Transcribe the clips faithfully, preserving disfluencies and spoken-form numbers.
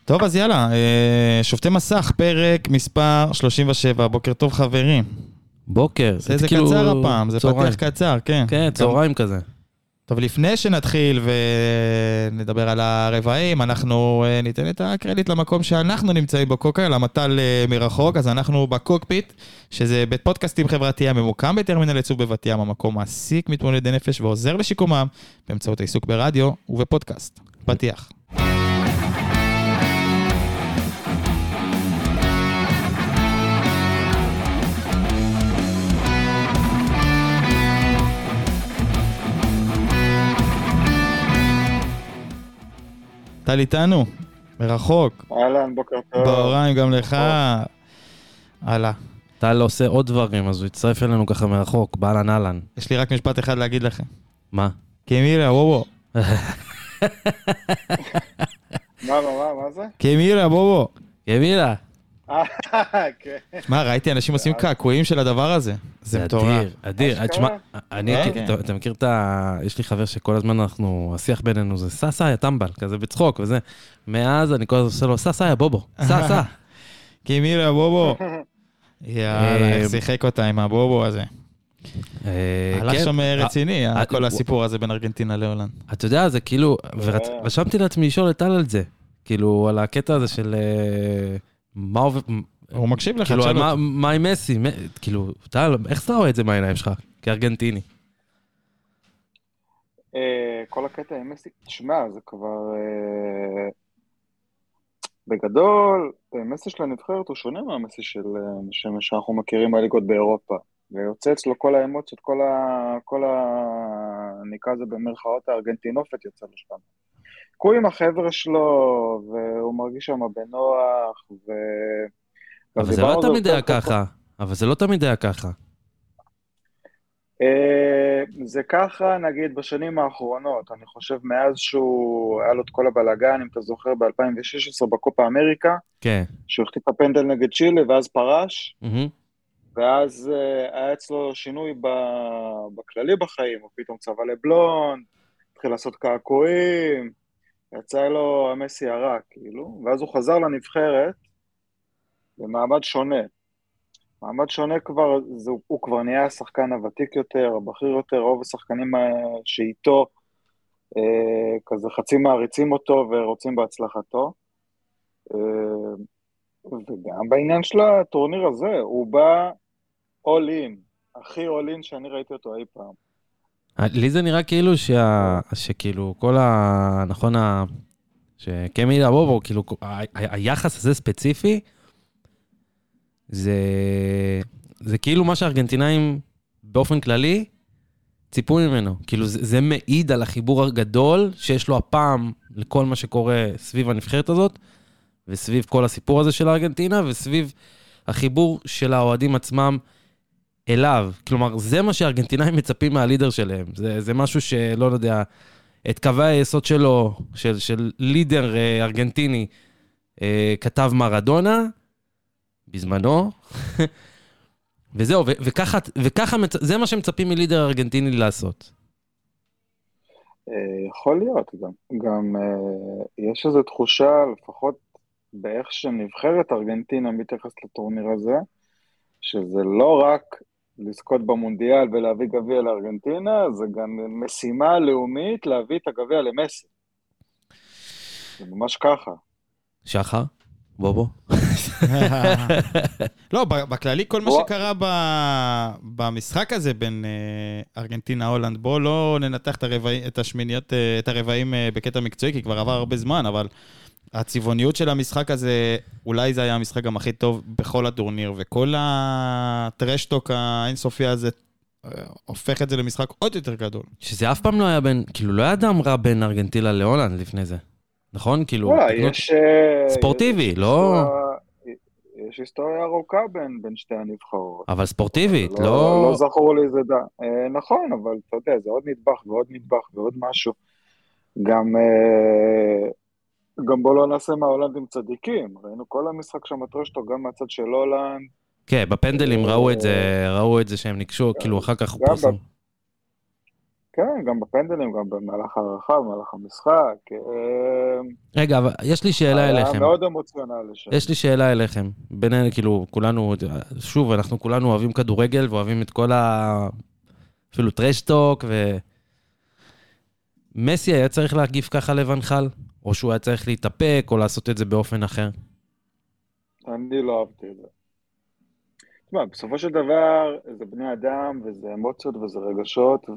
טוב, אז יאללה, שופטי מסך, פרק מספר שלושים ושבע, בוקר טוב חברים. בוקר. זה קצר הפעם, זה פתיח קצר, כן. כן, צהריים כזה. טוב, לפני שנתחיל ונדבר על הרבעים, אנחנו ניתן את הקרדיט למקום שאנחנו נמצאים בקוקה, למטל מרחוק, אז אנחנו בקוקפיט, שזה בית פודקאסטים חברתיים, ממוקם בטרמינל עיצוב בבת ים, המקום מעסיק מתמודדי נפש ועוזר לשיקומם, באמצעות העיסוק ברדיו ובפודקאסט. פתיח. טל איתנו, מרחוק. אהלן, בוקר טוב. בהוריים גם לך. הלאה. טל עושה עוד דברים, אז הוא יצטרף אלינו ככה מרחוק, באלן אהלן. יש לי רק משפט אחד להגיד לכם. מה? קמילה, בובו. מה, מה, מה, מה זה? קמילה, בובו. קמילה. כן. מה, ראיתי אנשים עושים קעקועים של הדבר הזה. זה מטורף. אדיר, אדיר. אני, אתה מכיר את ה... יש לי חבר שכל הזמן אנחנו, השיח בינינו זה ססה, יא טמבל, כזה בצחוק וזה. מאז אני כל הזמן עושה לו, ססה, יא בובו, ססה. קמילה, בובו. יאללה, איך שיחק אותה עם הבובו הזה. הלך שם רציני, כל הסיפור הזה בין ארגנטינה להולנד. אתה יודע, זה כאילו, ורשמתי לעצמי לשאול את טל על זה, כאילו, על הקטע הזה של... מה עובד... הוא מקשיב לך, כאילו, מה עם מסי? כאילו, טל, איך אתה רואה את זה מהעיניים שלך, כארגנטיני? כל הקטע עם מסי, תשמע, זה כבר... בגדול, מסי של הנבחרת הוא שונה מהמסי של שאנחנו מכירים מהליגות באירופה, ויוצא אצלו כל האמוציות, כל ה... כל ה... נקרא זה במרכאות הארגנטינופת יוצא לו שם. הוא עם החבר'ה שלו, והוא מרגיש שם בנוח, ו... אבל זה לא תמיד היה ככה, אבל זה לא תמיד היה ככה. זה ככה, נגיד, בשנים האחרונות, אני חושב מאז שהוא, היה לו את כל הבלגן, אם אתה זוכר, ב-אלפיים ושש עשרה בקופה אמריקה, כן. שהוא החטיא את הפנדל נגד צ'ילה, ואז פרש, ואז היה אצלו שינוי בכללי בחיים, הוא פתאום צבע לבלונד, התחיל לעשות קעקועים, יצא לו המסי הרע, כאילו, ואז הוא חזר לנבחרת, במעמד שונה. מעמד שונה כבר, זה, הוא כבר נהיה השחקן הוותיק יותר, הבכיר יותר, רוב השחקנים שאיתו, אה, כזה חצי מעריצים אותו ורוצים בהצלחתו. אה, וגם בעניין של הטורניר הזה, הוא בא all in, הכי all in שאני ראיתי אותו אי פעם. לי זה נראה כאילו שה... שכאילו כל ה... נכון ה... שקמילה בובו, כאילו ה... היחס הזה ספציפי, זה... זה כאילו מה שהארגנטינאים באופן כללי ציפו ממנו. כאילו זה, זה מעיד על החיבור הגדול שיש לו הפעם לכל מה שקורה סביב הנבחרת הזאת, וסביב כל הסיפור הזה של הארגנטינה, וסביב החיבור של האוהדים עצמם אליו. כלומר, זה מה שהארגנטינאים מצפים מהלידר שלהם. זה, זה משהו שלא יודע, את קווי היסוד שלו, של, של לידר אה, ארגנטיני, אה, כתב מרדונה, בזמנו, וזהו, ו- וככה, וככה מצ... זה מה שמצפים מלידר ארגנטיני לעשות. יכול להיות, גם, גם יש איזו תחושה, לפחות באיך שנבחרת ארגנטינה מתייחס לטורניר הזה, שזה לא רק לזכות במונדיאל ולהביא גביע לארגנטינה, זה גם משימה לאומית להביא את הגביע למסי. זה ממש ככה. שחר? בובו? לא, בכללי כל מה שקרה במשחק הזה בין ארגנטינה-הולנד, בוא לא ננתח את השמיניות, את הרבעים בקטע מקצועי, כי כבר עבר הרבה זמן, אבל הצבעוניות של המשחק הזה, אולי זה היה המשחק גם הכי טוב בכל הטורניר, וכל הטרשטוק האינסופי הזה הופך את זה למשחק עוד יותר גדול. שזה אף פעם לא היה בין, כאילו לא היה דם רע בין ארגנטינה להולנד לפני זה. נכון? כאילו, יש... ספורטיבי, לא... יש היסטוריה ארוכה בין, בין שתי הנבחרות. אבל ספורטיבית, לא... לא... לא זכור לי זה דה. אה, נכון, אבל אתה יודע, זה עוד נדבך ועוד נדבך ועוד משהו. גם... אה, גם בוא לא נעשה מההולנדים צדיקים. ראינו כל המשחק שם הטרשטו, גם מהצד של הולנד. כן, בפנדלים ראו את זה, ראו את זה שהם נקשו, כאילו אחר כך פורסם. כן, גם בפנדלים, גם במהלך הערכה, במהלך המשחק. רגע, אבל יש לי שאלה אליכם. היה מאוד אמוציונלי שם. יש לי שאלה אליכם. בינינו, כאילו, כולנו, שוב, אנחנו כולנו אוהבים כדורגל, ואוהבים את כל ה... אפילו טרשטוק, ו... מסי היה צריך להגיב ככה לבנחל? או שהוא היה צריך להתאפק, או לעשות את זה באופן אחר? אני לא אהבתי את זה. תשמע, בסופו של דבר, זה בני אדם, וזה אמוציות, וזה רגשות, ו...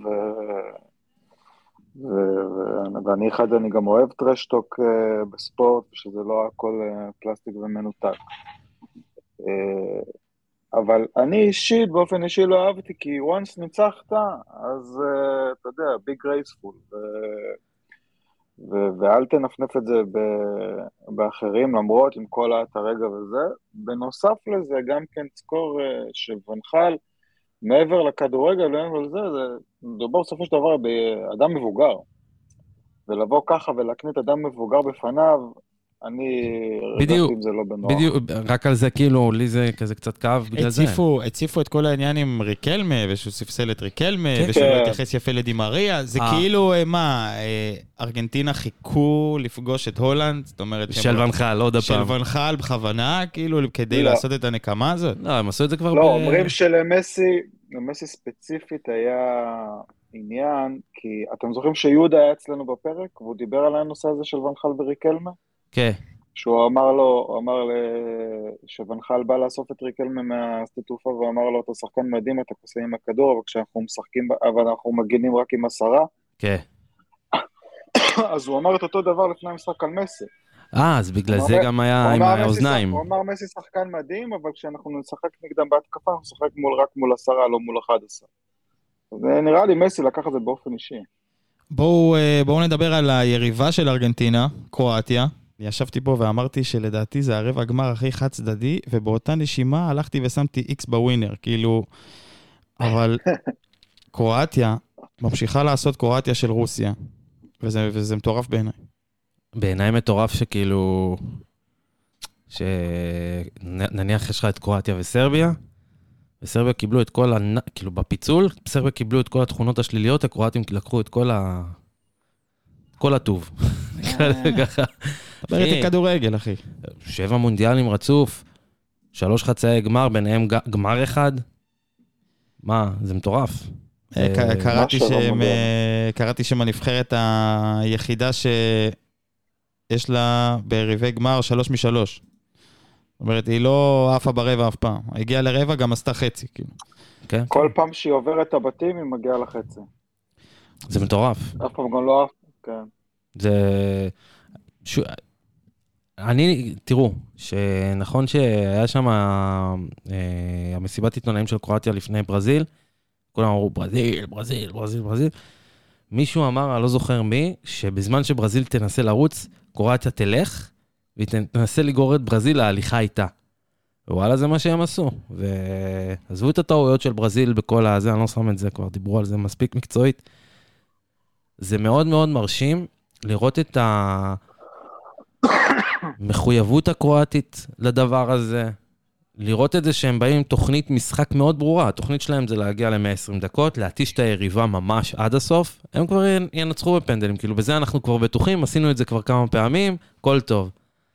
ו... ו... ואני אחד, אני גם אוהב טרשטוק uh, בספורט, שזה לא הכל uh, פלסטיק ומנותק. Uh, אבל אני אישית, באופן אישי לא אהבתי, כי once ניצחת, אז uh, אתה יודע, be graceful, ו... ו- ואל תנפנף את זה ב- באחרים, למרות עם כל את הרגע וזה. בנוסף לזה, גם כן תזכור שבנחל, מעבר לכדורגל, מעבר לזה, זה מדובר בסופו של דבר באדם מבוגר. ולבוא ככה ולהקנית אדם מבוגר בפניו, אני בדיוק, זה לא בנוח. בדיוק, רק על זה כאילו, לי זה כזה קצת כאב בגלל זה. הציפו, הציפו את כל העניין עם ריקלמה, ושהוא ספסל את ריקלמה, ושהוא לא התייחס יפה לדימריה, זה כאילו, מה, ארגנטינה חיכו לפגוש את הולנד, זאת אומרת... של ונחל, עוד הפעם. של ונחל בכוונה, כאילו, כדי לעשות את הנקמה הזאת. לא, הם עשו את זה כבר... לא, אומרים שלמסי, למסי ספציפית היה עניין, כי אתם זוכרים שיהודה היה אצלנו בפרק, והוא דיבר על הנושא הזה של ונחל וריקלמה? כן. שהוא אמר לו, הוא אמר שונחל בא לאסוף את ריקלמה מהסטטופה, והוא אמר לו, אתה שחקן מדהים, אתה כוסה עם הכדור, אבל כשאנחנו משחקים, אבל אנחנו מגינים רק עם עשרה. כן. אז הוא אמר את אותו דבר לפני המשחק על מסי. אה, אז בגלל זה גם היה עם האוזניים. הוא אמר מסי שחקן מדהים, אבל כשאנחנו נשחק נגדם בהתקפה, אנחנו נשחק רק מול עשרה, לא מול אחד עשר. אז נראה לי מסי לקח את זה באופן אישי. בואו, בואו נדבר על היריבה של ארגנטינה, קרואטיה. ישבתי פה ואמרתי שלדעתי זה הרבע הגמר הכי חד צדדי, ובאותה נשימה הלכתי ושמתי איקס בווינר, כאילו, אבל קרואטיה ממשיכה לעשות קרואטיה של רוסיה, וזה, וזה מטורף בעיניי. בעיניי מטורף שכאילו, שנניח יש לך את קרואטיה וסרביה, וסרביה קיבלו את כל, הנ... כאילו בפיצול, סרביה קיבלו את כל התכונות השליליות, הקרואטים לקחו את כל ה... כל הטוב. ככה. דבר איתי כדורגל, אחי. שבע מונדיאלים רצוף, שלוש חצאי גמר, ביניהם גמר אחד. מה, זה מטורף. קראתי שהם הנבחרת היחידה שיש לה בריבי גמר שלוש משלוש. זאת אומרת, היא לא עפה ברבע אף פעם. הגיעה לרבע, גם עשתה חצי. כל פעם שהיא עוברת את הבתים, היא מגיעה לחצי. זה מטורף. אף פעם גם לא עף, כן. זה... אני, תראו, שנכון שהיה שם המסיבת עיתונאים של קרואטיה לפני ברזיל, כולם אמרו ברזיל, ברזיל, ברזיל, ברזיל. מישהו אמר, אני לא זוכר מי, שבזמן שברזיל תנסה לרוץ, קרואטיה תלך, והיא תנסה לגרור את ברזיל להליכה איתה. ווואלה, זה מה שהם עשו. ועזבו את הטעויות של ברזיל בכל הזה, אני לא שם את זה, כבר דיברו על זה מספיק מקצועית. זה מאוד מאוד מרשים לראות את המחויבות הקרואטית לדבר הזה, לראות את זה שהם באים עם תוכנית משחק מאוד ברורה, התוכנית שלהם זה להגיע ל-מאה ועשרים דקות, להתיש את היריבה ממש עד הסוף, הם כבר ינצחו בפנדלים, כאילו בזה אנחנו כבר בטוחים, עשינו את זה כבר כמה פעמים, כל טוב.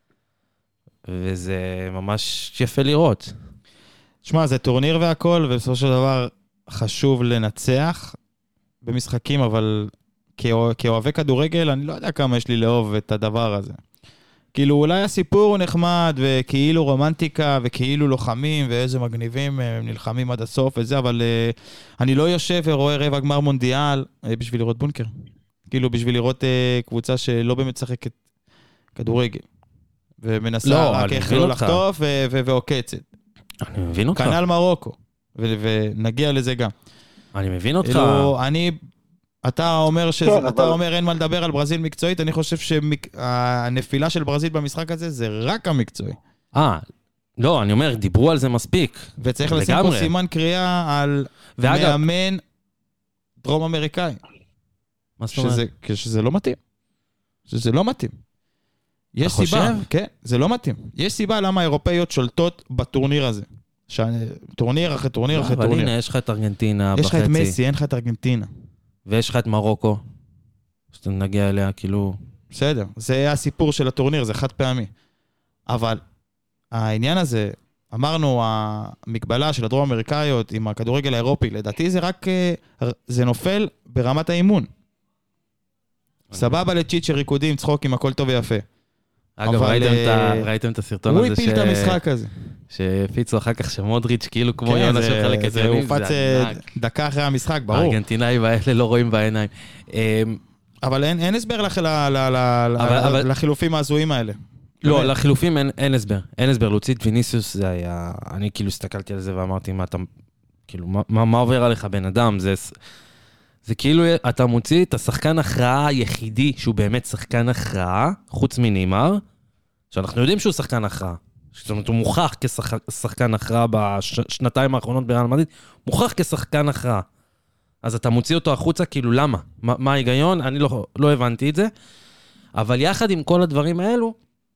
וזה ממש יפה לראות. שמע, זה טורניר והכל, ובסופו של דבר חשוב לנצח במשחקים, אבל כאוהבי כדורגל, אני לא יודע כמה יש לי לאהוב את הדבר הזה. כאילו, אולי הסיפור הוא נחמד, וכאילו רומנטיקה, וכאילו לוחמים, ואיזה מגניבים, הם נלחמים עד הסוף וזה, אבל uh, אני לא יושב ורואה רבע גמר מונדיאל uh, בשביל לראות בונקר. כאילו, בשביל לראות uh, קבוצה שלא באמת משחקת כדורגל. ומנסה לא, רק איך לא לחטוף ועוקצת. אני מבין אותך. כנל מרוקו, ונגיע לזה גם. אני מבין אותך. כאילו, אני... אתה אומר, שזה, אתה אומר אין מה לדבר על ברזיל מקצועית, אני חושב שהנפילה של ברזיל במשחק הזה זה רק המקצועי. אה, לא, אני אומר, דיברו על זה מספיק. וצריך לשים פה סימן קריאה על מאמן דרום אמריקאי. מה זאת אומרת? שזה לא מתאים. שזה לא מתאים. יש סיבה, כן, זה לא מתאים. יש סיבה למה האירופאיות שולטות בטורניר הזה. טורניר אחרי טורניר אחרי טורניר. אבל הנה, יש לך את ארגנטינה בחצי. יש לך את מסי, אין לך את ארגנטינה. ויש לך את מרוקו, שאתה נגיע אליה, כאילו... בסדר, זה הסיפור של הטורניר, זה חד פעמי. אבל העניין הזה, אמרנו, המגבלה של הדרום אמריקאיות עם הכדורגל האירופי, לדעתי זה רק, זה נופל ברמת האימון. סבבה לצ'יץ' ריקודים, צחוקים, הכל טוב ויפה. אגב, ראיתם את הסרטון הזה? הוא הפיל את המשחק הזה. שהפיצו אחר כך שמודריץ' כאילו כמו יונה של חלק את זה הופץ דקה אחרי המשחק, ברור. הארגנטינאים האלה לא רואים בעיניים. אבל אין הסבר לחילופים ההזויים האלה. לא, לחילופים אין הסבר. אין הסבר. להוציא את ויניסיוס זה היה... אני כאילו הסתכלתי על זה ואמרתי, מה אתה... כאילו, מה עובר עליך בן אדם? זה... זה כאילו, אתה מוציא את השחקן הכרעה היחידי, שהוא באמת שחקן הכרעה, חוץ מנימר, שאנחנו יודעים שהוא שחקן הכרעה. זאת אומרת, הוא מוכח כשחקן הכרעה בשנתיים האחרונות בריאל מדריד, מוכח כשחקן הכרעה. אז אתה מוציא אותו החוצה, כאילו, למה? מה, מה ההיגיון? אני לא, לא הבנתי את זה. אבל יחד עם כל הדברים האלו,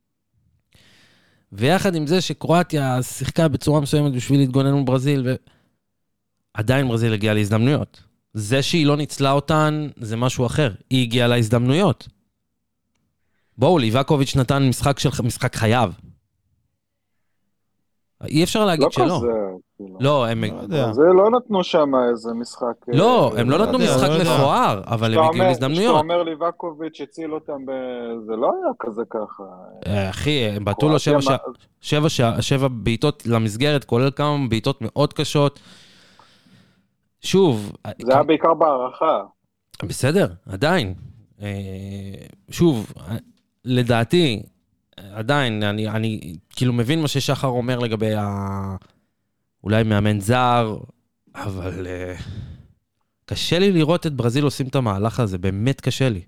ויחד עם זה שקרואטיה שיחקה בצורה מסוימת בשביל להתגונן מול ברזיל, ועדיין ברזיל הגיעה להזדמנויות. זה שהיא לא ניצלה אותן, זה משהו אחר. היא הגיעה להזדמנויות. בואו, ליבקוביץ' נתן משחק של משחק חייב. אי אפשר להגיד לא שלא. כזה, כאילו. לא, הם... זה לא נתנו שם איזה משחק... לא, הם לא נתנו משחק מפואר, אבל הם הגיעו להזדמנויות. כשאתה אומר ליבקוביץ' הציל אותם, זה לא היה כזה ככה. אחי, הם בעטו לו שבע בעיטות למסגרת, כולל כמה בעיטות מאוד קשות. שוב... זה היה בעיקר בהערכה. בסדר, עדיין. שוב, לדעתי, עדיין, אני, אני כאילו מבין מה ששחר אומר לגבי ה... אולי מאמן זר, אבל uh, קשה לי לראות את ברזיל עושים את המהלך הזה, באמת קשה לי.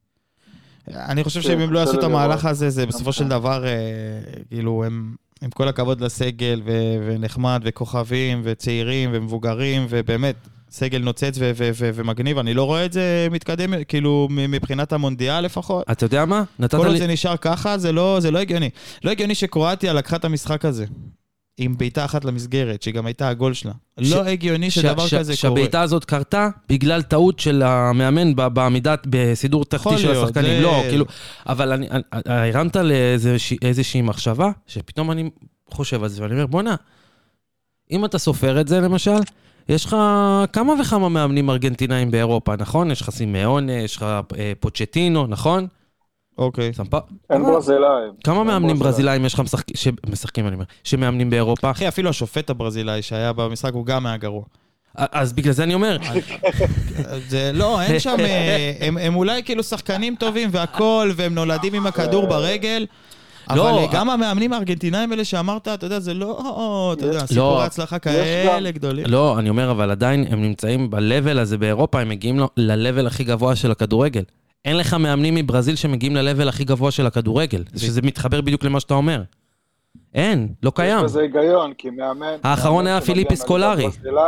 אני חושב שאם הם לא יעשו את המהלך הזה, זה בסופו של דבר, כאילו, הם, עם כל הכבוד לסגל, ונחמד, וכוכבים, וצעירים, ומבוגרים, ובאמת, סגל נוצץ ומגניב, אני לא רואה את זה מתקדם, כאילו, מבחינת המונדיאל לפחות. אתה יודע מה? כל עוד זה נשאר ככה, זה לא הגיוני. לא הגיוני שקרואטיה לקחה את המשחק הזה. עם ביתה אחת למסגרת, שגם הייתה הגול שלה. לא הגיוני שדבר כזה קורה. שהביתה הזאת קרתה בגלל טעות של המאמן בעמידת, בסידור תחתי של השחקנים. לא, כאילו, אבל אני, הרמת לאיזושהי מחשבה, שפתאום אני חושב על זה, ואני אומר, בוא'נה, אם אתה סופר את זה למשל, יש לך כמה וכמה מאמנים ארגנטינאים באירופה, נכון? יש לך סימאונה, יש לך פוצ'טינו, נכון? אוקיי. אין ברזילאים. כמה מאמנים ברזילאים יש לך משחקים, אני אומר, שמאמנים באירופה? אחי, אפילו השופט הברזילאי שהיה במשחק הוא גם היה גרוע. אז בגלל זה אני אומר. זה לא, אין שם, הם אולי כאילו שחקנים טובים והכל, והם נולדים עם הכדור ברגל, אבל גם המאמנים הארגנטינאים האלה שאמרת, אתה יודע, זה לא, אתה יודע, סיפור ההצלחה כאלה גדולים. לא, אני אומר, אבל עדיין הם נמצאים ב-level הזה באירופה, הם מגיעים ל-level הכי גבוה של הכדורגל. אין לך מאמנים מברזיל שמגיעים ל-level הכי גבוה של הכדורגל, שזה מתחבר בדיוק למה שאתה אומר. אין, לא קיים. יש בזה היגיון, כי מאמן... האחרון היה פיליפי סקולרי.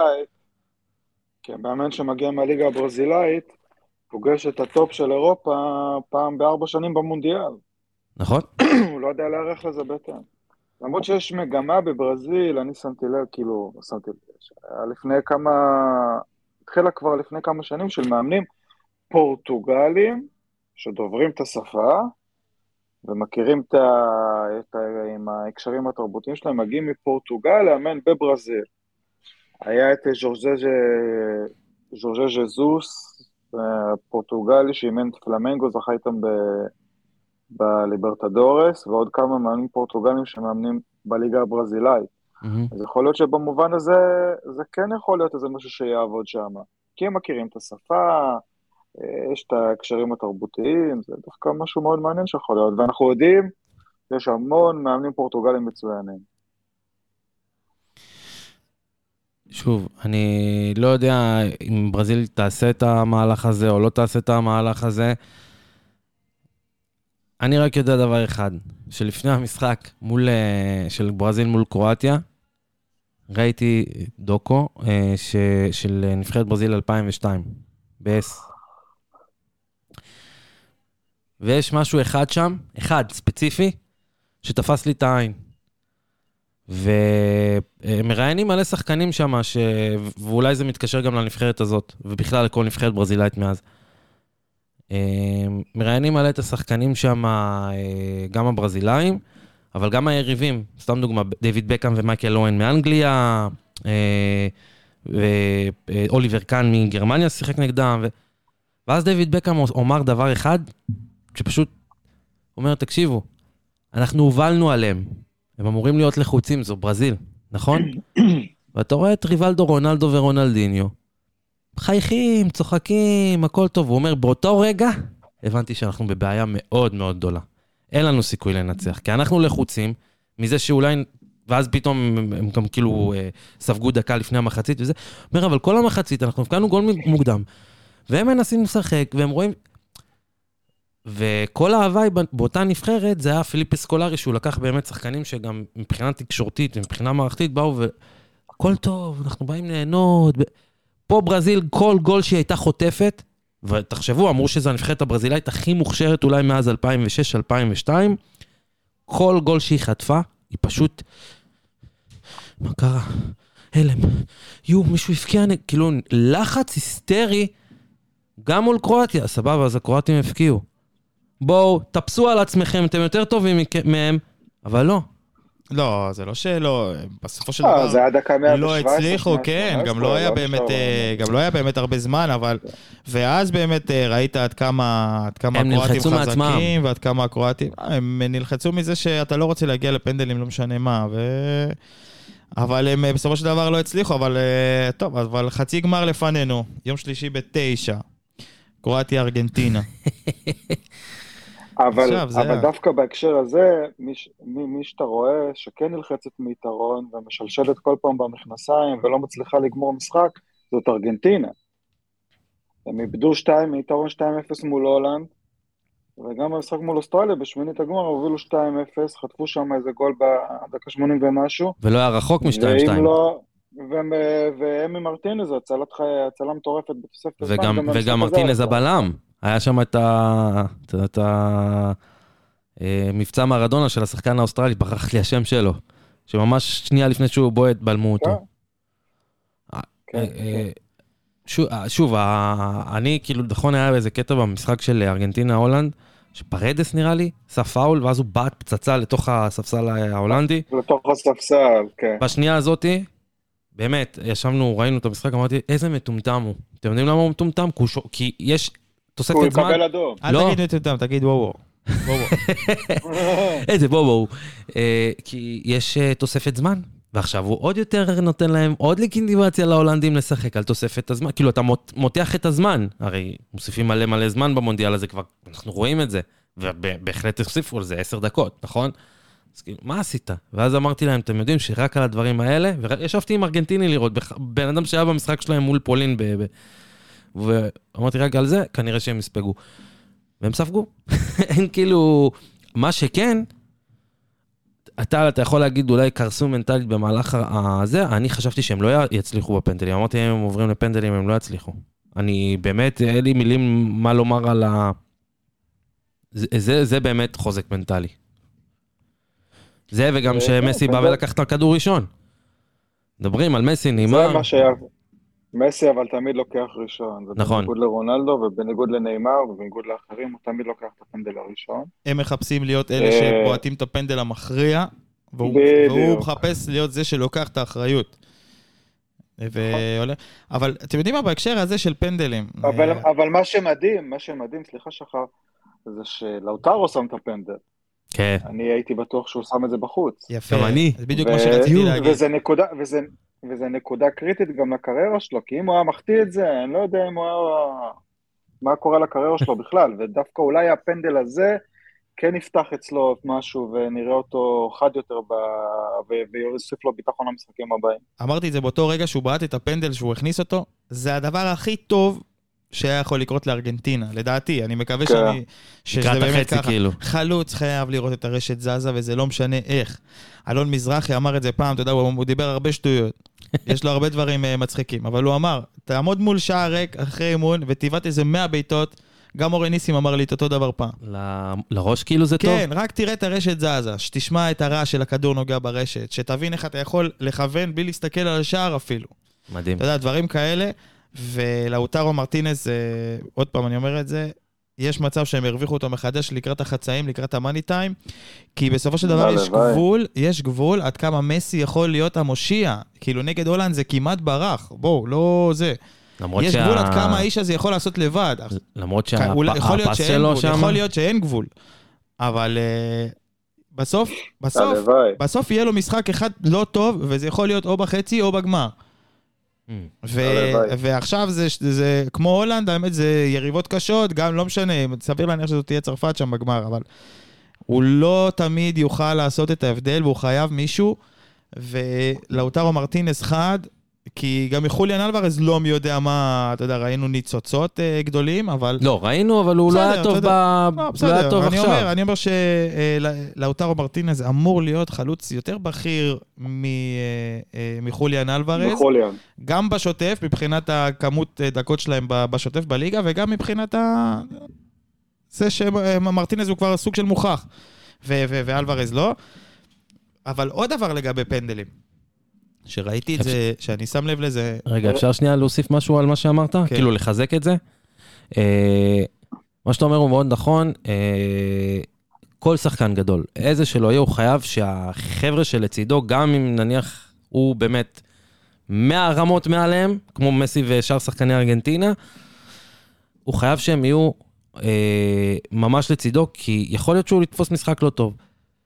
כי מאמן שמגיע מהליגה הברזילאית, פוגש את הטופ של אירופה פעם בארבע שנים במונדיאל. נכון. הוא לא יודע להערך לזה בטן. למרות שיש מגמה בברזיל, אני שמתי לב, כאילו, שמתי לב, לפני כמה, התחילה כבר לפני כמה שנים של מאמנים פורטוגלים, שדוברים את השפה, ומכירים את, ה, את ה, עם ההקשרים התרבותיים שלהם, מגיעים מפורטוגל לאמן בברזיל. היה את ז'ורג'ה ז'זוס, פורטוגלי, שאימן את פלמנגו, זכה איתם ב... בליברטדורס, ועוד כמה מאמנים פורטוגלים שמאמנים בליגה הברזילאית. Mm-hmm. אז יכול להיות שבמובן הזה, זה כן יכול להיות איזה משהו שיעבוד שם. כי הם מכירים את השפה, יש את ההקשרים התרבותיים, זה דווקא משהו מאוד מעניין שיכול להיות. ואנחנו יודעים, יש המון מאמנים פורטוגלים מצוינים. שוב, אני לא יודע אם ברזיל תעשה את המהלך הזה או לא תעשה את המהלך הזה, אני רק יודע דבר אחד, שלפני המשחק מול, של ברזיל מול קרואטיה, ראיתי דוקו ש, של נבחרת ברזיל אלפיים ושתיים, ב-אס. ויש משהו אחד שם, אחד ספציפי, שתפס לי את העין. ומראיינים מלא שחקנים שם, ש... ואולי זה מתקשר גם לנבחרת הזאת, ובכלל לכל נבחרת ברזילאית מאז. מראיינים מלא את השחקנים שם, גם הברזילאים, אבל גם היריבים. סתם דוגמה, דיוויד בקאם ומייקל אוהן מאנגליה, ואוליבר קאן מגרמניה שיחק נגדם, ו... ואז דיוויד בקאם אומר דבר אחד, שפשוט אומר, תקשיבו, אנחנו הובלנו עליהם, הם אמורים להיות לחוצים, זו ברזיל, נכון? ואתה רואה את ריבלדו, רונלדו ורונלדיניו, חייכים, צוחקים, הכל טוב, הוא אומר, באותו רגע, הבנתי שאנחנו בבעיה מאוד מאוד גדולה. אין לנו סיכוי לנצח, כי אנחנו לחוצים, מזה שאולי, ואז פתאום הם גם כאילו ספגו דקה לפני המחצית וזה, אומר, אבל כל המחצית, אנחנו הפקענו גול מוקדם, והם מנסים לשחק, והם רואים, וכל ההוואי באותה נבחרת, זה היה פיליפ סקולרי, שהוא לקח באמת שחקנים שגם מבחינה תקשורתית, מבחינה מערכתית, באו והכל טוב, אנחנו באים ליהנות. פה ברזיל, כל גול שהיא הייתה חוטפת, ותחשבו, אמרו שזו הנבחרת הברזילאית הכי מוכשרת אולי מאז אלפיים ושש אלפיים ושתיים, כל גול שהיא חטפה, היא פשוט, מה קרה? הלם, יו, מישהו הפקיע, כאילו, לחץ היסטרי, גם מול קרואטיה, סבבה, אז הקרואטים הפקיעו. בואו, תפסו על עצמכם, אתם יותר טובים מהם, אבל לא. לא, זה לא שלא, בסופו של דבר, זה היה דקה מאה ושבע עשרה. לא הצליחו, כן, גם לא היה באמת, גם לא היה באמת הרבה זמן, אבל, ואז באמת ראית עד כמה, עד כמה הקרואטים חזקים, ועד כמה הקרואטים, הם נלחצו מזה שאתה לא רוצה להגיע לפנדלים, לא משנה מה, ו... אבל הם בסופו של דבר לא הצליחו, אבל טוב, אבל חצי גמר לפנינו, יום שלישי בתשע, קרואטיה, ארגנטינה. אבל, אבל דווקא בהקשר הזה, מי, מי, מי שאתה רואה שכן נלחצת מיתרון ומשלשלת כל פעם במכנסיים ולא מצליחה לגמור משחק, זאת ארגנטינה. הם איבדו שתיים, מיתרון שתיים אפס מול הולנד, וגם במשחק מול אוסטרליה, בשמינית הגמר הובילו שתיים אפס, חטפו שם איזה גול בדקה שמונים ומשהו. ולא היה רחוק מ-שתיים שתיים. לא, ואמי מרטינז, הצלת חיי, הצלה מטורפת בתוספת וגם, הזמן. וגם מרטינז הבלם. היה שם את ה... את ה... מבצע מרדונה של השחקן האוסטרלי, ברח לי השם שלו, שממש שנייה לפני שהוא בועט, בלמו אותו. שוב, אני כאילו, נכון היה באיזה קטע במשחק של ארגנטינה-הולנד, שפרדס נראה לי, עשה פאול, ואז הוא בעט פצצה לתוך הספסל ההולנדי. לתוך הספסל, כן. בשנייה הזאת, באמת, ישבנו, ראינו את המשחק, אמרתי, איזה מטומטם הוא. אתם יודעים למה הוא מטומטם? כי יש תוספת זמן. הוא יקבל אדום. אל תגיד מטומטם, תגיד וואו וואו. איזה וואו וואו. כי יש תוספת זמן, ועכשיו הוא עוד יותר נותן להם עוד לגיטימציה להולנדים לשחק על תוספת הזמן. כאילו, אתה מותח את הזמן. הרי מוסיפים מלא מלא זמן במונדיאל הזה כבר, אנחנו רואים את זה. ובהחלט תוסיפו על זה עשר דקות, נכון? אז כאילו, מה עשית? ואז אמרתי להם, אתם יודעים שרק על הדברים האלה, וישבתי עם ארגנטיני לראות, בן אדם שהיה במשחק שלהם מול פולין, ואמרתי רגע על זה, כנראה שהם יספגו. והם ספגו. אין כאילו, מה שכן, אתה, אתה יכול להגיד, אולי קרסו מנטלית במהלך הזה, אני חשבתי שהם לא יצליחו בפנדלים. אמרתי, אם הם עוברים לפנדלים, הם לא יצליחו. אני באמת, אין לי מילים מה לומר על ה... זה, זה, זה באמת חוזק מנטלי. זה וגם שמסי בא ולקח את הכדור ראשון. מדברים על מסי, ניימר. זה מה שהיה. מסי אבל תמיד לוקח ראשון. נכון. בניגוד לרונלדו ובניגוד לניימר ובניגוד לאחרים, הוא תמיד לוקח את הפנדל הראשון. הם מחפשים להיות אלה שבועטים את הפנדל המכריע, והוא מחפש להיות זה שלוקח את האחריות. אבל אתם יודעים מה בהקשר הזה של פנדלים? אבל מה שמדהים, מה שמדהים, סליחה שחר, זה שלאוטרו שם את הפנדל. כן. אני הייתי בטוח שהוא שם את זה בחוץ. יפה. גם אני. זה בדיוק מה שרציתי להגיד. וזה נקודה, וזה, וזה נקודה קריטית גם לקריירה שלו, כי אם הוא היה מחטיא את זה, אני לא יודע אם הוא היה... מה קורה לקריירה שלו בכלל, ודווקא אולי הפנדל הזה כן יפתח אצלו משהו, ונראה אותו חד יותר, ב... ויוסיף לו ביטחון למשחקים הבאים. אמרתי את זה באותו רגע שהוא בעט את הפנדל, שהוא הכניס אותו, זה הדבר הכי טוב שהיה יכול לקרות לארגנטינה, לדעתי, אני מקווה שאני, שזה באמת ככה, חלוץ חייב לראות את הרשת זזה, וזה לא משנה איך. אלון מזרחי אמר את זה פעם, אתה יודע, הוא דיבר הרבה שטויות, יש לו הרבה דברים מצחיקים, אבל הוא אמר, תעמוד מול שער ריק אחרי אימון, ותיבת איזה מאה ביתות, גם אורן ניסים אמר לי את אותו דבר פעם. לראש כאילו זה טוב? כן, רק תראה את הרשת זזה, שתשמע את הרעש של הכדור נוגע ברשת, שתבין איך אתה יכול לכוון בלי להסתכל על השער אפילו. מדהים. אתה יודע, דברים כאלה, ולאוטרו מרטינז, עוד פעם אני אומר את זה, יש מצב שהם הרוויחו אותו מחדש לקראת החצאים, לקראת המאני טיים, כי בסופו של דבר יש גבול, יש גבול עד כמה מסי יכול להיות המושיע, כאילו נגד הולנד זה כמעט ברח, בואו, לא זה. יש שה... גבול עד כמה האיש הזה יכול לעשות לבד. למרות שהפס שלו שם... יכול להיות שאין גבול, אבל uh, בסוף, בסוף, בסוף יהיה לו משחק אחד לא טוב, וזה יכול להיות או בחצי או בגמר. ו- ועכשיו זה, זה כמו הולנד, האמת זה יריבות קשות, גם לא משנה, סביר להניח שזאת תהיה צרפת שם בגמר, אבל הוא לא תמיד יוכל לעשות את ההבדל, והוא חייב מישהו, ולאוטרו מרטינס חד, כי גם מחוליאן אלוורז לא מי יודע מה, אתה יודע, ראינו ניצוצות uh, גדולים, אבל... לא, ראינו, אבל הוא בסדר, לא היה טוב, ב... לא, לא היה טוב אני עכשיו. אומר, אני אומר שלאוטרו מרטינז אמור להיות חלוץ יותר בכיר מחוליאן אלוורז. מחוליאן. גם בשוטף, מבחינת הכמות דקות שלהם בשוטף בליגה, וגם מבחינת ה... זה שמרטינז הוא כבר סוג של מוכח, ואלוורז לא. אבל עוד דבר לגבי פנדלים. שראיתי את זה, שאני שם לב לזה... רגע, אפשר שנייה להוסיף משהו על מה שאמרת? כאילו לחזק את זה? מה שאתה אומר הוא מאוד נכון, כל שחקן גדול, איזה שלא יהיה, הוא חייב שהחבר'ה שלצידו, גם אם נניח הוא באמת מאה רמות מעליהם, כמו מסי ושאר שחקני ארגנטינה, הוא חייב שהם יהיו ממש לצידו, כי יכול להיות שהוא לתפוס משחק לא טוב.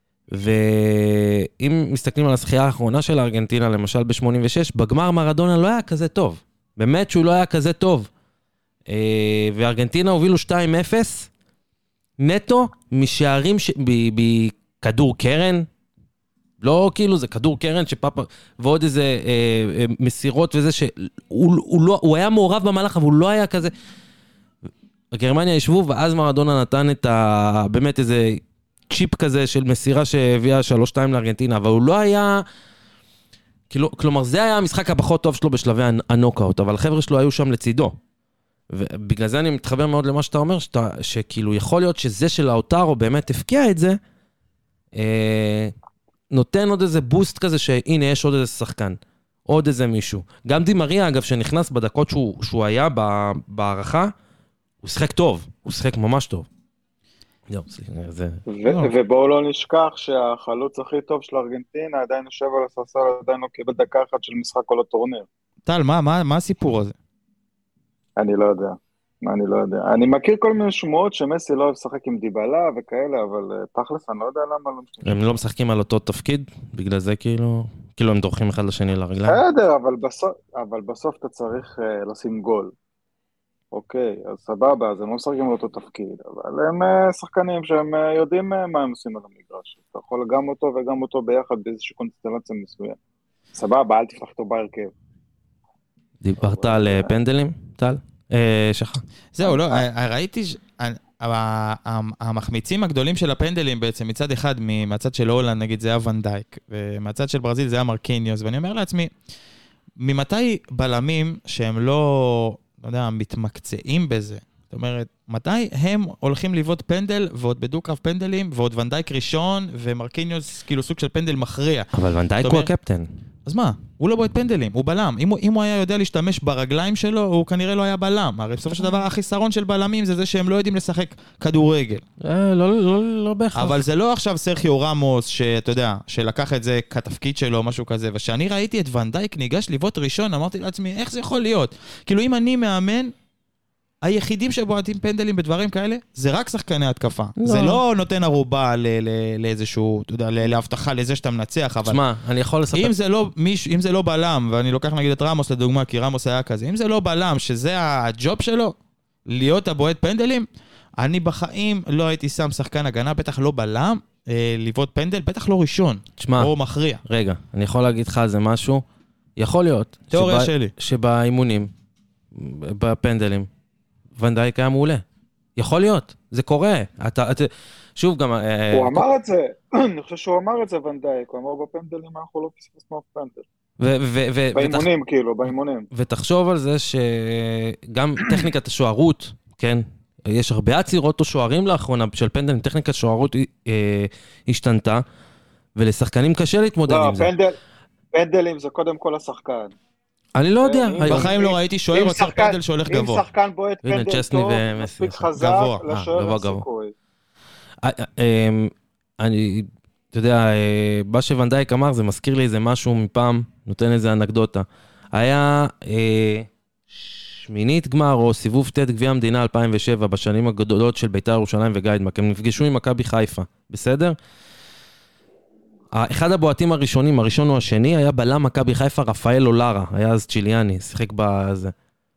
ואם מסתכלים על השחייה האחרונה של ארגנטינה, למשל ב-שמונים ושש, בגמר מרדונה לא היה כזה טוב. באמת שהוא לא היה כזה טוב. וארגנטינה הובילו שתיים אפס, נטו משערים בכדור קרן, לא כאילו זה כדור קרן שפאפה, ועוד איזה מסירות וזה שהוא היה מעורב במהלך, אבל הוא לא היה כזה. גרמניה ישבו, ואז מרדונה נתן את ה... באמת איזה... צ'יפ כזה של מסירה שהביאה שלוש שתיים לארגנטינה, אבל הוא לא היה, כלומר זה היה המשחק הפחות טוב שלו בשלבי הנוקאוט, אבל חבר'ה שלו היו שם לצידו, ובגלל זה אני מתחבר מאוד למה שאתה אומר, שאתה, שכאילו יכול להיות שזה של האוטרו באמת הפקיע את זה, אה, נותן עוד איזה בוסט כזה, שהנה יש עוד איזה שחקן, עוד איזה מישהו, גם די מריה אגב שנכנס בדקות שהוא, שהוא היה בערכה, הוא שחק טוב, הוא שחק ממש טוב. ובואו לא נשכח שהחלוץ הכי טוב של ארגנטינה עדיין יושב על הספסל, עדיין לא קיבל דקה אחת של משחק כל הטורניר. טל, מה הסיפור הזה? אני לא יודע, אני לא יודע. אני מכיר כל מיני שמועות שמסי לא משחק עם דיבלה וכאלה, אבל תכלס אני לא יודע למה לא משחקים. הם לא משחקים על אותו תפקיד, בגלל זה כאילו, כאילו הם דורכים אחד לשני לרגליים. בסדר, אבל בסוף אתה צריך לשים גול. אוקיי, אז סבבה, אז הם לא משחקים על אותו תפקיד, אבל הם שחקנים שהם יודעים מה הם עושים על המגרש. אתה יכול גם אותו וגם אותו ביחד באיזושהי קונסטלציה מסוים. סבבה, אל תפתח אותו בהרכב. דיברת על פנדלים, טל? שחה. זהו, לא, ראיתי המחמיצים הגדולים של הפנדלים בעצם, מצד אחד, מהצד של הולנד, נגיד, זה היה ון דייק, ומהצד של ברזיל זה היה מרקיניוס, ואני אומר לעצמי, ממתי בלמים שהם לא... לא יודע, מתמקצעים בזה. זאת אומרת, מתי הם הולכים לבעוט פנדל, ועוד בדו-קרב פנדלים, ועוד ונדייק ראשון, ומרקיניוס כאילו סוג של פנדל מכריע. אבל ונדייק הוא הקפטן. אז מה? הוא לא בועט פנדלים, הוא בלם. אם הוא, אם הוא היה יודע להשתמש ברגליים שלו, הוא כנראה לא היה בלם. הרי בסופו של דבר, החיסרון של בלמים זה זה שהם לא יודעים לשחק כדורגל. אה, לא, לא, לא בהכרח. אבל זה לא עכשיו סרחיו רמוס, שאתה יודע, שלקח את זה כתפקיד שלו, משהו כזה. ושאני ראיתי את ונדייק ניגש לבעוט ראשון, אמרתי לעצמי, איך זה יכול להיות? כאילו, אם אני מאמן, היחידים שבועטים פנדלים בדברים כאלה, זה רק שחקני התקפה. לא. זה לא נותן ערובה ל- ל- לאיזשהו, אתה יודע, להבטחה לזה שאתה מנצח, אבל... שמה, אני יכול לספר... אם זה לא, מיש, אם זה לא בלם, ואני לוקח נגיד את רמוס לדוגמה, כי רמוס היה כזה, אם זה לא בלם, שזה הג'וב שלו, להיות הבועט פנדלים, אני בחיים לא הייתי שם שחקן הגנה, בטח לא בלם, אה, לבעוט פנדל, בטח לא ראשון, שמה, או מכריע. רגע, אני יכול להגיד לך על זה משהו, יכול להיות... תיאוריה שלי. שבאימונים, בפנדלים, ונדייק היה מעולה. יכול להיות, זה קורה. אתה, אתה, שוב גם... הוא אמר את זה, אני חושב שהוא אמר את זה ונדייק, הוא אמר בפנדלים אנחנו לא פספסנו פנדל. באימונים כאילו, באימונים. ותחשוב על זה שגם טכניקת השוערות, כן, יש הרבה עצירות או שוערים לאחרונה של פנדלים, טכניקת שוערות אה, השתנתה, ולשחקנים קשה להתמודד לא, עם זה. פנדל, פנדלים זה קודם כל השחקן. אני לא יודע. בחיים לא ראיתי שוער עוצר פנדל שהולך גבוה. אם שחקן בועט פנדל טוב, מספיק חזק, לשוער הסיכוי. אני, אתה יודע, מה שוונדייק אמר, זה מזכיר לי איזה משהו מפעם, נותן איזה אנקדוטה. היה שמינית גמר או סיבוב ת' גביע המדינה אלפיים ושבע, בשנים הגדולות של בית"ר ירושלים וגיידמק, הם נפגשו עם מכבי חיפה, בסדר? אחד הבועטים הראשונים, הראשון או השני, היה בלם מכבי חיפה, רפאל אולרה, היה אז צ'יליאני, שיחק בזה.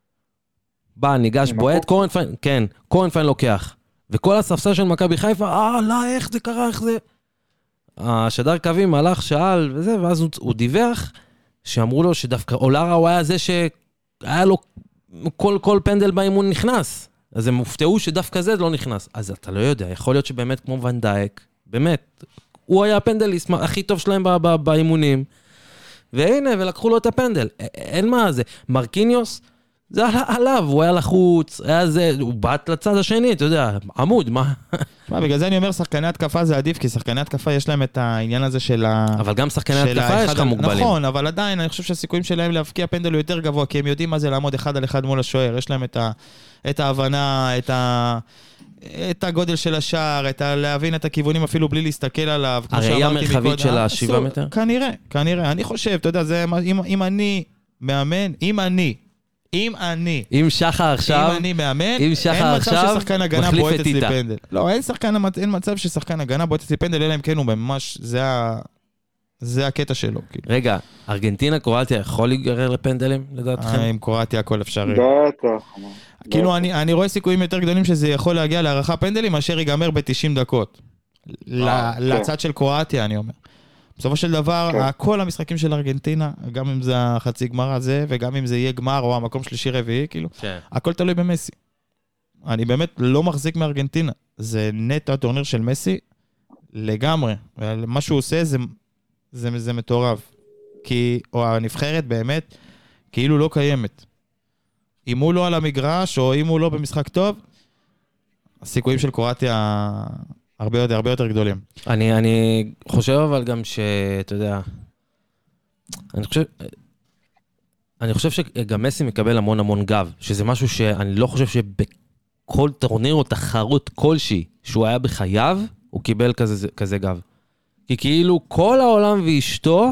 בא, ניגש, בועט, קורנפיין, כן, קורנפיין לוקח. וכל הספסל של מכבי חיפה, אה, לא, איך זה קרה, איך זה? השדר קווים הלך, שאל, וזה, ואז הוא, הוא דיווח, שאמרו לו שדווקא אולרה הוא היה זה שהיה לו כל, כל פנדל באימון נכנס. אז הם הופתעו שדווקא זה לא נכנס. אז אתה לא יודע, יכול להיות שבאמת כמו ונדייק, באמת, הוא היה הפנדליסט הכי טוב שלהם באימונים, והנה, ולקחו לו את הפנדל. אין מה זה. מרקיניוס, זה עליו, הוא היה לחוץ, היה זה, הוא באת לצד השני, אתה יודע, עמוד, מה? מה, בגלל זה אני אומר, שחקני התקפה זה עדיף, כי שחקני התקפה יש להם את העניין הזה של ה... אבל גם שחקני התקפה יש לך מוגבלים. נכון, אבל עדיין, אני חושב שהסיכויים שלהם להבקיע פנדל הוא יותר גבוה, כי הם יודעים מה זה לעמוד אחד על אחד מול השוער, יש להם את ה... את ההבנה, את ה... את הגודל של השער, את ה... להבין את הכיוונים אפילו בלי להסתכל עליו. הראייה המרחבית של השבעה מטר? כנראה, כנראה. אני חושב, אתה יודע, זה... אם, אם אני מאמן, אם אני אם אני, אם שחר עכשיו, אם אני מאמן, אם שחר עכשיו, מחליף את איתה. לא, אין שחקן, אין מצב ששחקן הגנה בועט אצלי פנדל, אלא אם כן הוא ממש, זה ה... זה הקטע שלו. רגע, ארגנטינה, קרואטיה, יכול להיגרר לפנדלים, לדעתכם? עם קרואטיה הכל אפשרי. בטח. כאילו, אני, אני רואה סיכויים יותר גדולים שזה יכול להגיע להערכה פנדלים, אשר ייגמר ב-תשעים דקות. לצד של קרואטיה, אני אומר. בסופו של דבר, כל המשחקים של ארגנטינה, גם אם זה החצי גמר הזה, וגם אם זה יהיה גמר או המקום שלישי רביעי, כאילו, הכל תלוי במסי. אני באמת לא מחזיק מארגנטינה. זה נטו הטורניר של מסי לגמרי. מה שהוא עושה זה, זה, זה מטורף. כי, או הנבחרת באמת, כאילו לא קיימת. אם הוא לא על המגרש, או אם הוא לא במשחק טוב, הסיכויים של קרואטיה הרבה יותר, הרבה יותר גדולים. אני, אני חושב אבל גם שאתה יודע, אני חושב, אני חושב שגם מסי מקבל המון המון גב, שזה משהו שאני לא חושב שבכל טורניר או תחרות כלשהי שהוא היה בחייו, הוא קיבל כזה, כזה גב. כי כאילו כל העולם ואשתו,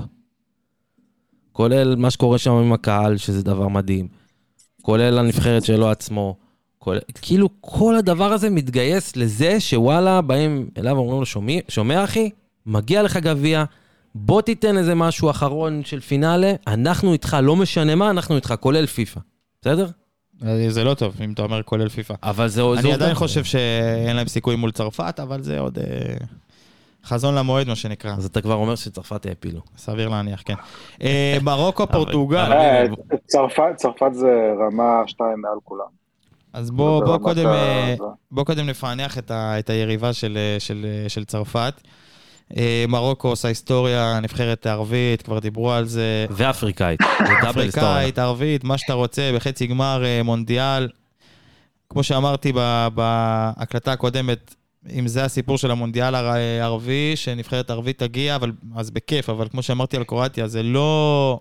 כולל מה שקורה שם עם הקהל, שזה דבר מדהים, כולל הנבחרת שלו עצמו, כל, כאילו כל הדבר הזה מתגייס לזה שוואלה, באים אליו ואומרים לו, שומע, שומע אחי, מגיע לך גביע, בוא תיתן איזה משהו אחרון של פינאלה, אנחנו איתך, לא משנה מה, אנחנו איתך, כולל פיפה. בסדר? זה לא טוב, אם אתה אומר כולל פיפה. אבל זה... אני עדיין חושב שאין להם סיכוי מול צרפת, אבל זה עוד חזון למועד, מה שנקרא. אז אתה כבר אומר שצרפת יפילו. סביר להניח, כן. מרוקו, פורטוגל. צרפת זה רמה שתיים מעל כולם. אז בוא, בוא קודם, בוא קודם נפענח את, ה, את היריבה של, של, של צרפת. מרוקו עושה היסטוריה, נבחרת ערבית, כבר דיברו על זה. ואפריקאית. אפריקאית, ערבית, מה שאתה רוצה, בחצי גמר מונדיאל. כמו שאמרתי בהקלטה הקודמת, אם זה הסיפור של המונדיאל הערבי, שנבחרת ערבית תגיע, אבל, אז בכיף, אבל כמו שאמרתי על קרואטיה, זה לא...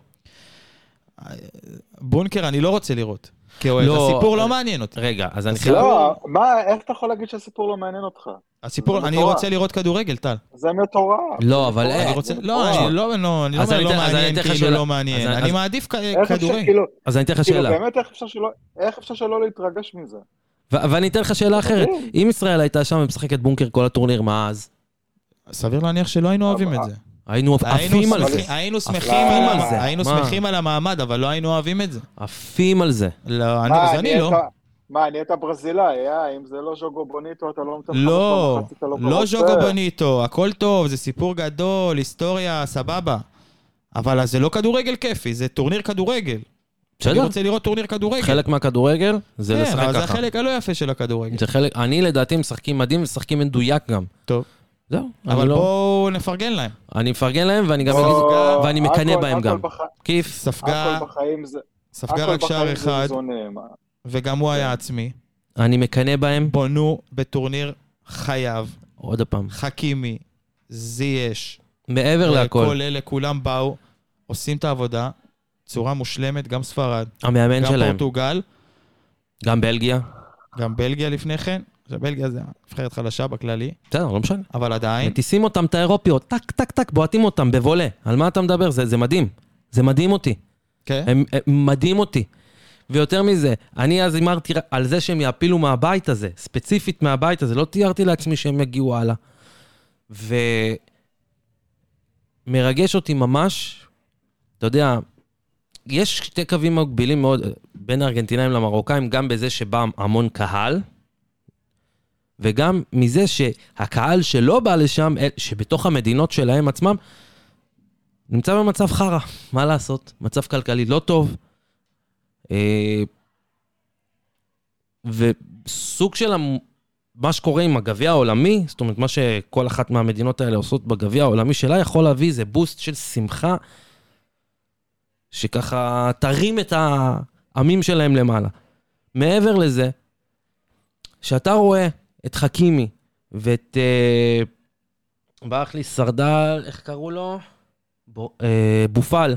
בונקר אני לא רוצה לראות. כי הסיפור לא מעניין אותי. רגע, אז אני... לא, מה, איך אתה יכול להגיד שהסיפור לא מעניין אותך? הסיפור, אני רוצה לראות כדורגל, טל. זה מטורף. לא, אבל... לא, אני לא אומר לא מעניין, כאילו לא מעניין. אני מעדיף כדורגל. אז אני אתן לך שאלה. באמת, איך אפשר שלא להתרגש מזה? ואני אתן לך שאלה אחרת. אם ישראל הייתה שם ומשחקת בונקר כל הטורניר, מה אז? סביר להניח שלא היינו אוהבים את זה. היינו עפים על זה. היינו שמחים על זה. היינו שמחים על המעמד, אבל לא היינו אוהבים את זה. עפים על זה. לא, אני לא. מה, נהיית ברזילאי, אם זה לא ז'וגו בוניטו, אתה לא מצליח... לא, לא ז'וגו בוניטו, הכל טוב, זה סיפור גדול, היסטוריה, סבבה. אבל זה לא כדורגל כיפי, זה טורניר כדורגל. אני רוצה לראות טורניר כדורגל. חלק מהכדורגל זה לשחק ככה. כן, אבל זה החלק הלא יפה של הכדורגל. אני לדעתי משחקים מדהים ומשחקים מדויק גם. טוב. זהו. אבל בואו נפרגן להם. אני מפרגן להם ואני גם ואני מקנה בהם גם. כיף. ספגה. ספגה רק שער אחד. וגם הוא היה עצמי. אני מקנה בהם. בונו בטורניר חייב. עוד פעם. חכימי, זייש. מעבר להכל. כל אלה, כולם באו, עושים את העבודה, צורה מושלמת, גם ספרד. המאמן גם שלהם. גם פורטוגל. גם בלגיה. גם בלגיה לפני כן. בלגיה זה נבחרת חלשה בכללי. בסדר, לא משנה. אבל עדיין. מטיסים אותם את האירופיות, טק, טק, טק, בועטים אותם בבולה. על מה אתה מדבר? זה, זה מדהים. זה מדהים אותי. כן. הם, הם מדהים אותי. ויותר מזה, אני אז אמרתי על זה שהם יעפילו מהבית הזה, ספציפית מהבית הזה, לא תיארתי לעצמי שהם יגיעו הלאה. ומרגש אותי ממש, אתה יודע, יש שתי קווים מגבילים מאוד בין הארגנטינאים למרוקאים, גם בזה שבא המון קהל, וגם מזה שהקהל שלא בא לשם, שבתוך המדינות שלהם עצמם, נמצא במצב חרה. מה לעשות? מצב כלכלי לא טוב. וסוג של מה שקורה עם הגביע העולמי, זאת אומרת, מה שכל אחת מהמדינות האלה עושות בגביע העולמי שלה, יכול להביא איזה בוסט של שמחה, שככה תרים את העמים שלהם למעלה. מעבר לזה, שאתה רואה את חכימי ואת ברח לי סרדל, איך קראו לו? בופל.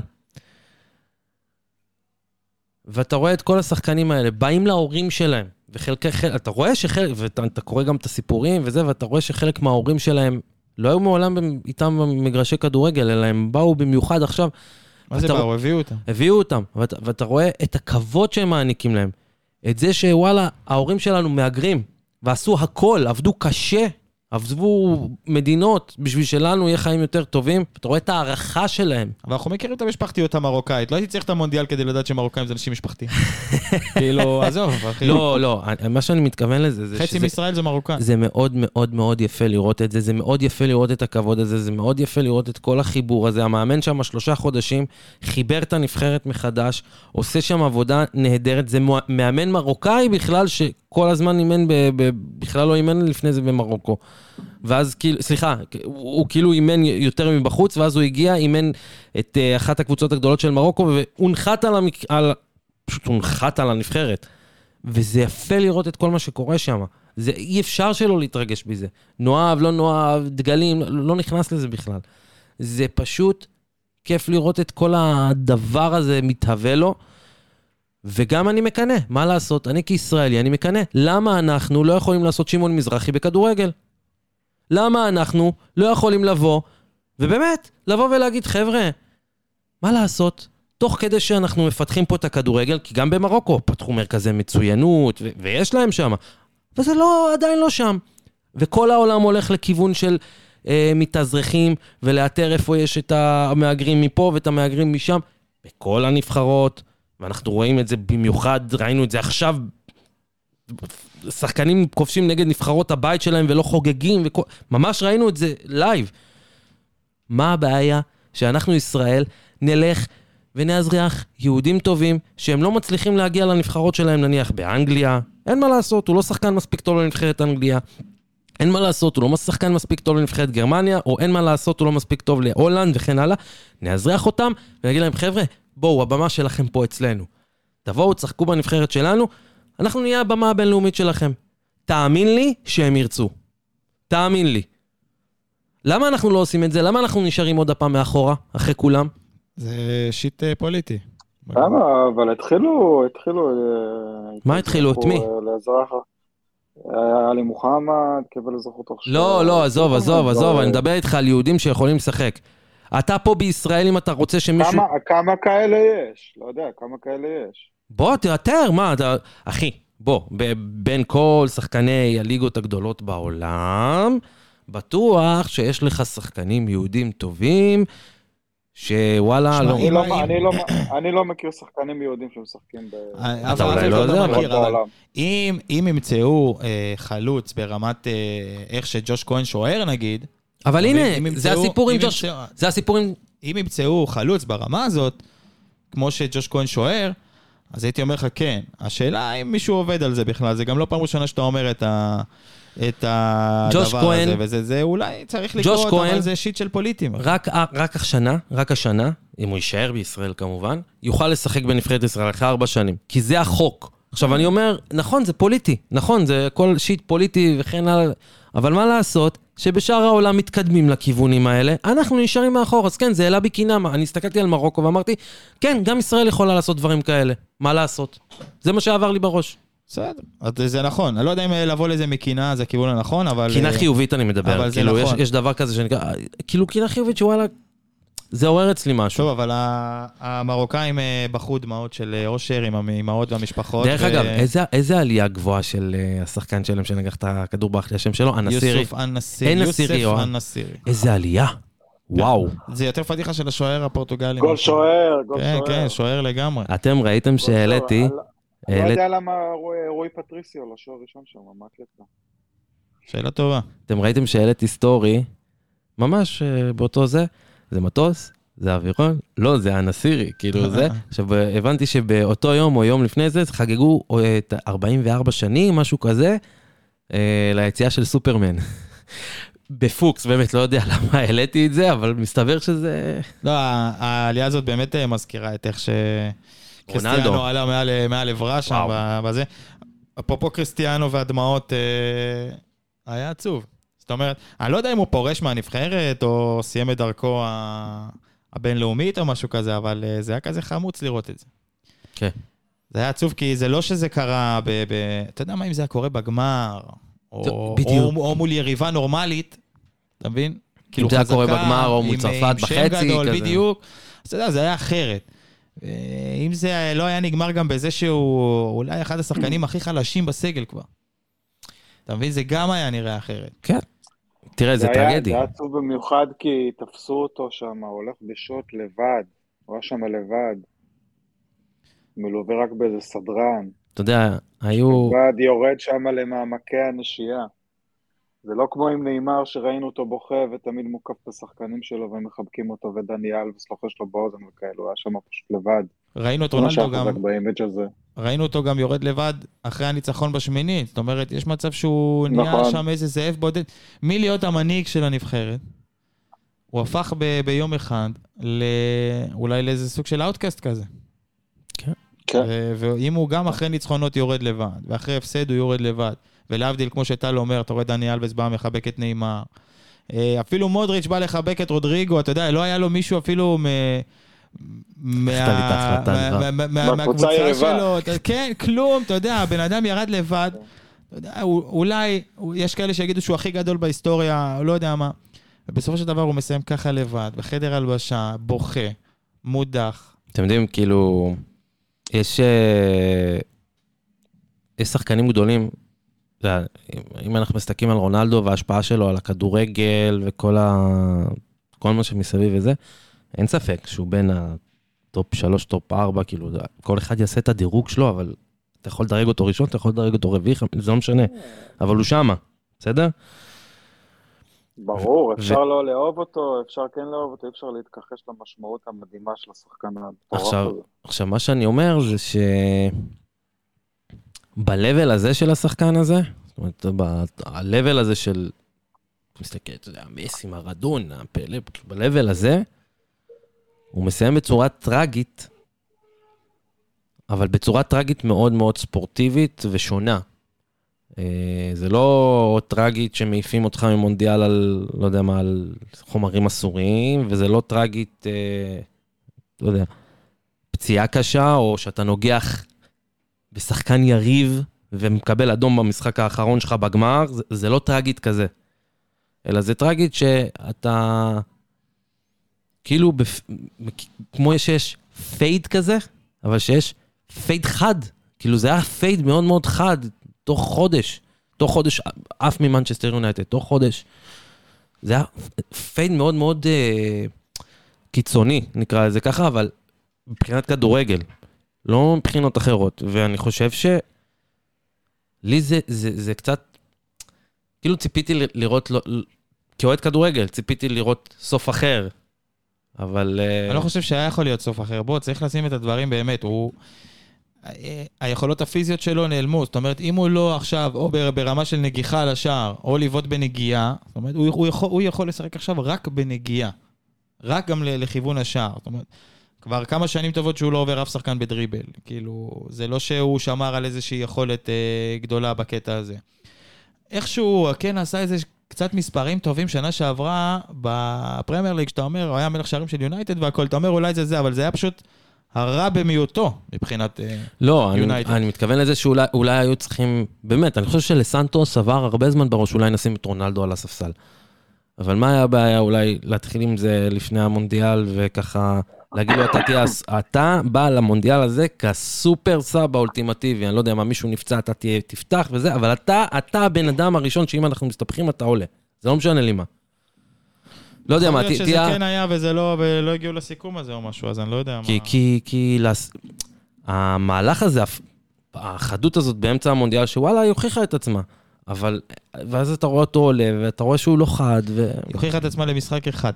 ואתה רואה את כל השחקנים האלה, באים להורים שלהם, וחלקי חלק, אתה רואה שחלק, ואתה קורא גם את הסיפורים וזה, ואתה רואה שחלק מההורים שלהם, לא היו מעולם איתם במגרשי כדורגל, אלא הם באו במיוחד עכשיו. מה זה באו? הביאו אותם. הביאו אותם, ואתה, ואתה רואה את הכבוד שהם מעניקים להם. את זה שוואלה, ההורים שלנו מאגרים, ועשו הכל, עבדו קשה, עבדו מדינות, בשביל שלנו יהיה חיים יותר טובים, אתה רואה את הערכה שלהם. אבל אנחנו מכירים את המשפחתיות המרוקאית, לא הייתי צריך את המונדיאל כדי לדעת שמרוקאים זה אנשים משפחתיים. כאילו, עזוב, אחי. לא, לא, מה שאני מתכוון לזה, זה חצי מישראל זה מרוקאים. זה מאוד מאוד מאוד יפה לראות את זה, זה מאוד יפה לראות את הכבוד הזה, זה מאוד יפה לראות את כל החיבור הזה. המאמן שם שלושה חודשים, חיבר את הנבחרת מחדש, עושה שם עבודה נהדרת, זה מאמן מרוקאי בכלל, שכל הזמן אימן, בכלל לא אימן לפני זה במרוקו. ואז כאילו, סליחה, הוא, הוא כאילו אימן יותר מבחוץ, ואז הוא הגיע, אימן את uh, אחת הקבוצות הגדולות של מרוקו, והונחת על, המק... על... פשוט הונחת על הנבחרת. וזה יפה לראות את כל מה שקורה שם. זה אי אפשר שלא להתרגש בזה. נואב, לא נואב, דגלים, לא, לא נכנס לזה בכלל. זה פשוט כיף לראות את כל הדבר הזה מתהווה לו, וגם אני מקנה, מה לעשות? אני כישראלי, אני מקנה. למה אנחנו לא יכולים לעשות שמעון מזרחי בכדורגל? למה אנחנו לא יכולים לבוא, ובאמת, לבוא ולהגיד, חבר'ה, מה לעשות? תוך כדי שאנחנו מפתחים פה את הכדורגל, כי גם במרוקו פתחו מרכזי מצוינות, ו- ויש להם שם, וזה לא, עדיין לא שם. וכל העולם הולך לכיוון של אה, מתאזרחים, ולאתר איפה יש את המאגרים מפה ואת המאגרים משם, בכל הנבחרות, ואנחנו רואים את זה במיוחד, ראינו את זה עכשיו, שחקנים כובשים נגד נבחרות הבית שלהם ולא חוגגים, וכל... ממש ראינו את זה לייב. מה הבעיה? שאנחנו ישראל נלך ונאזרח יהודים טובים שהם לא מצליחים להגיע לנבחרות שלהם, נניח באנגליה, אין מה לעשות, הוא לא שחקן מספיק טוב לנבחרת אנגליה, אין מה לעשות, הוא לא שחקן מספיק טוב לנבחרת גרמניה, או אין מה לעשות, הוא לא מספיק טוב להולנד וכן הלאה, נאזרח אותם ונגיד להם, חבר'ה, בואו, הבמה שלכם פה אצלנו. תבואו, תשחקו בנבחרת שלנו, אנחנו נהיה הבמה הבינלאומית שלכם. תאמין לי שהם ירצו. תאמין לי. למה אנחנו לא עושים את זה? למה אנחנו נשארים עוד הפעם מאחורה, אחרי כולם? זה שיט פוליטי. למה? אבל התחילו, התחילו... מה התחילו? את מי? לאזרח... עלי מוחמד, קיבל אזרחות עכשיו. לא, לא, עזוב, עזוב, עזוב, אני מדבר איתך על יהודים שיכולים לשחק. אתה פה בישראל, אם אתה רוצה שמישהו... כמה כאלה יש? לא יודע, כמה כאלה יש. בוא, תירתר, מה, אתה... אחי, בוא, בין כל שחקני הליגות הגדולות בעולם, בטוח שיש לך שחקנים יהודים טובים, שוואלה, לא... אני לא מכיר שחקנים יהודים שמשחקים ב... אתה אולי לא יודע, אבל... אם ימצאו חלוץ ברמת איך שג'וש כהן שוער, נגיד... אבל הנה, זה הסיפור עם ג'וש... זה הסיפור עם... אם ימצאו חלוץ ברמה הזאת, כמו שג'וש כהן שוער, אז הייתי אומר לך, כן. השאלה אם מישהו עובד על זה בכלל, זה גם לא פעם ראשונה שאתה אומר את, ה... את הדבר הזה, וזה זה אולי צריך לקרות, אבל זה שיט של פוליטים. רק, רק השנה, רק השנה, אם הוא יישאר בישראל כמובן, יוכל לשחק בנבחרת ישראל אחרי ארבע שנים, כי זה החוק. עכשיו אני אומר, נכון, זה פוליטי, נכון, זה כל שיט פוליטי וכן הלאה, אבל מה לעשות שבשאר העולם מתקדמים לכיוונים האלה, אנחנו נשארים מאחור, אז כן, זה העלה בי קינה, אני הסתכלתי על מרוקו ואמרתי, כן, גם ישראל יכולה לעשות דברים כאלה, מה לעשות? זה מה שעבר לי בראש. בסדר, זה נכון, אני לא יודע אם לבוא לזה מקינה, זה הכיוון הנכון, אבל... קינה חיובית אני מדבר, אבל זה כאילו, נכון. יש, יש דבר כזה שנקרא, כאילו קינה חיובית שוואלה, זה עורר אצלי משהו. טוב, אבל המרוקאים בחו דמעות של אושר עם האמהות והמשפחות. דרך אגב, איזה, איזה עלייה גבוהה של השחקן שלהם שנגח את הכדור באחלי השם שלו, הנסירי. יוסוף אנסירי. יוסף אנסירי. איזה עלייה. וואו. זה יותר פתיחה של השוער הפורטוגלי. גול שוער, גול כן, שוער. כן, שוער לגמרי. אתם ראיתם שהעליתי... לא יודע למה רועי פטריסיו, לשוער ראשון שם, מה הקטע? שאלה טובה. אתם ראיתם שהעליתי סטורי, ממש באותו זה, זה מטוס, זה אווירון, לא, זה הנסירי, כאילו זה. עכשיו, הבנתי שבאותו יום או יום לפני זה, חגגו את ארבעים וארבע שנים, משהו כזה, ליציאה של סופרמן. בפוקס, באמת לא יודע למה העליתי את זה, אבל מסתבר שזה... לא, העלייה הזאת באמת מזכירה את איך ש... קריסטיאנו עלה מעל עברה שם בזה. אפרופו קריסטיאנו והדמעות, היה עצוב. זאת אומרת, אני לא יודע אם הוא פורש מהנבחרת, או סיים את דרכו הבינלאומית או משהו כזה, אבל זה היה כזה חמוץ לראות את זה. כן. זה היה עצוב, כי זה לא שזה קרה ב... אתה יודע מה אם זה היה קורה בגמר, או מול יריבה נורמלית, אתה מבין? אם זה היה קורה בגמר, או מול צרפת בחצי, כזה. בדיוק. אז אתה יודע, זה היה אחרת. אם זה לא היה נגמר גם בזה שהוא אולי אחד השחקנים הכי חלשים בסגל כבר. אתה מבין? זה גם היה נראה אחרת. כן. תראה, זה טרגדי. זה היה עצוב במיוחד כי תפסו אותו שם, הוא הולך בשוט לבד. הוא היה שם לבד. מלווה רק באיזה סדרן. אתה יודע, היו... לבד יורד שם למעמקי הנשייה. זה לא כמו עם נאמר שראינו אותו בוכה ותמיד מוקף את השחקנים שלו והם מחבקים אותו ודניאל וסלוחש לו באוזן וכאלו, הוא היה שם פשוט לבד. ראינו את רונלדו גם, ראינו אותו גם יורד לבד אחרי הניצחון בשמינית, זאת אומרת, יש מצב שהוא נהיה שם איזה זאב בודד, מי להיות המנהיג של הנבחרת, הוא הפך ב- ביום אחד אולי לאיזה סוג של אאוטקאסט כזה. כן. ואם הוא גם אחרי ניצחונות יורד לבד, ואחרי הפסד הוא יורד לבד, ולהבדיל, כמו שטל אומר, אתה רואה דני אלבס בא מחבק את נאמר. אפילו מודריץ' בא לחבק את רודריגו, אתה יודע, לא היה לו מישהו אפילו מהקבוצה שלו. כן, כלום, אתה יודע, הבן אדם ירד לבד. אולי, יש כאלה שיגידו שהוא הכי גדול בהיסטוריה, לא יודע מה. ובסופו של דבר הוא מסיים ככה לבד, בחדר הלבשה, בוכה, מודח. אתם יודעים, כאילו, יש שחקנים גדולים, אם אנחנו מסתכלים על רונלדו וההשפעה שלו על הכדורגל וכל ה... כל מה שמסביב וזה, אין ספק שהוא בין הטופ שלוש, טופ ארבע, כאילו, כל אחד יעשה את הדירוג שלו, אבל אתה יכול לדרג אותו ראשון, אתה יכול לדרג אותו רביעי, זה לא משנה, אבל הוא שמה, בסדר? ברור, אפשר לא לאהוב אותו, אפשר כן לאהוב אותו, אפשר להתכחש למשמעות המדהימה של השחקן. עכשיו, עכשיו, מה שאני אומר זה ש... ב-level הזה של השחקן הזה, זאת אומרת, ב-level הזה של, מסתכל, אתה יודע, מסי, מרדונה, פלא, ב-level הזה, הוא מסיים בצורה טרגית, אבל בצורה טרגית מאוד מאוד ספורטיבית ושונה. זה לא טרגית שמעיפים אותך ממונדיאל על, לא יודע מה, על חומרים אסוריים, וזה לא טרגית, לא יודע, פציעה קשה, או שאתה נוגח בשחקן יריב, ומקבל אדום במשחק האחרון שלך בגמר, זה, זה לא טרגית כזה. אלא זה טרגית שאתה, כאילו, בפ... כמו שיש פייד כזה, אבל שיש פייד חד. כאילו זה היה פייד מאוד מאוד חד, תוך חודש. תוך חודש, אף ממנצ'סטר יונייטד, תוך חודש. זה היה פייד מאוד מאוד אה, קיצוני, נקרא לזה ככה, אבל מבחינת כדורגל. לא מבחינות אחרות, ואני חושב ש... לי זה, זה, זה קצת... כאילו ציפיתי לראות, לא, כאוהד כדורגל, ציפיתי לראות סוף אחר, אבל... אני לא חושב שהיה יכול להיות סוף אחר. בוא, צריך לשים את הדברים באמת. הוא... היכולות הפיזיות שלו נעלמו. זאת אומרת, אם הוא לא עכשיו, או ברמה של נגיחה על השער, או לבעוט בנגיעה, זאת אומרת, הוא יכול, הוא יכול לשחק עכשיו רק בנגיעה. רק גם לכיוון השער. זאת אומרת, כבר כמה שנים טובות שהוא לא עובר אף שחקן בדריבל. כאילו, זה לא שהוא שמר על איזושהי יכולת אה, גדולה בקטע הזה. איכשהו, כן, עשה איזה קצת מספרים טובים שנה שעברה בפרמייר ליג, שאתה אומר, הוא היה מלך שערים של יונייטד והכל, אתה אומר אולי זה זה, אבל זה היה פשוט הרע במיעוטו מבחינת אה, לא, יונייטד. אני, אני מתכוון לזה שאולי אולי היו צריכים, באמת, אני חושב שלסנטוס עבר הרבה זמן בראש, אולי נשים את רונלדו על הספסל. אבל מה היה הבעיה אולי להתחיל עם זה לפני המונדיאל וככה להגיד לו, אתה תהיה, אתה בא למונדיאל הזה כסופר סאב האולטימטיבי, אני לא יודע מה, מישהו נפצע, אתה תהיה, תפתח וזה, אבל אתה, אתה הבן אדם הראשון שאם אנחנו מסתבכים, אתה עולה. זה לא משנה לי מה. לא יודע מה, תהיה... יכול להיות שזה כן היה וזה לא, ולא הגיעו לסיכום הזה או משהו, אז אני לא יודע מה... כי, כי, כי, המהלך הזה, החדות הזאת באמצע המונדיאל, שוואלה, היא הוכיחה את עצמה. אבל, ואז אתה רואה אותו עולה, ואתה רואה שהוא לא חד, ו... היא הוכיחה את עצמה למשחק אחד.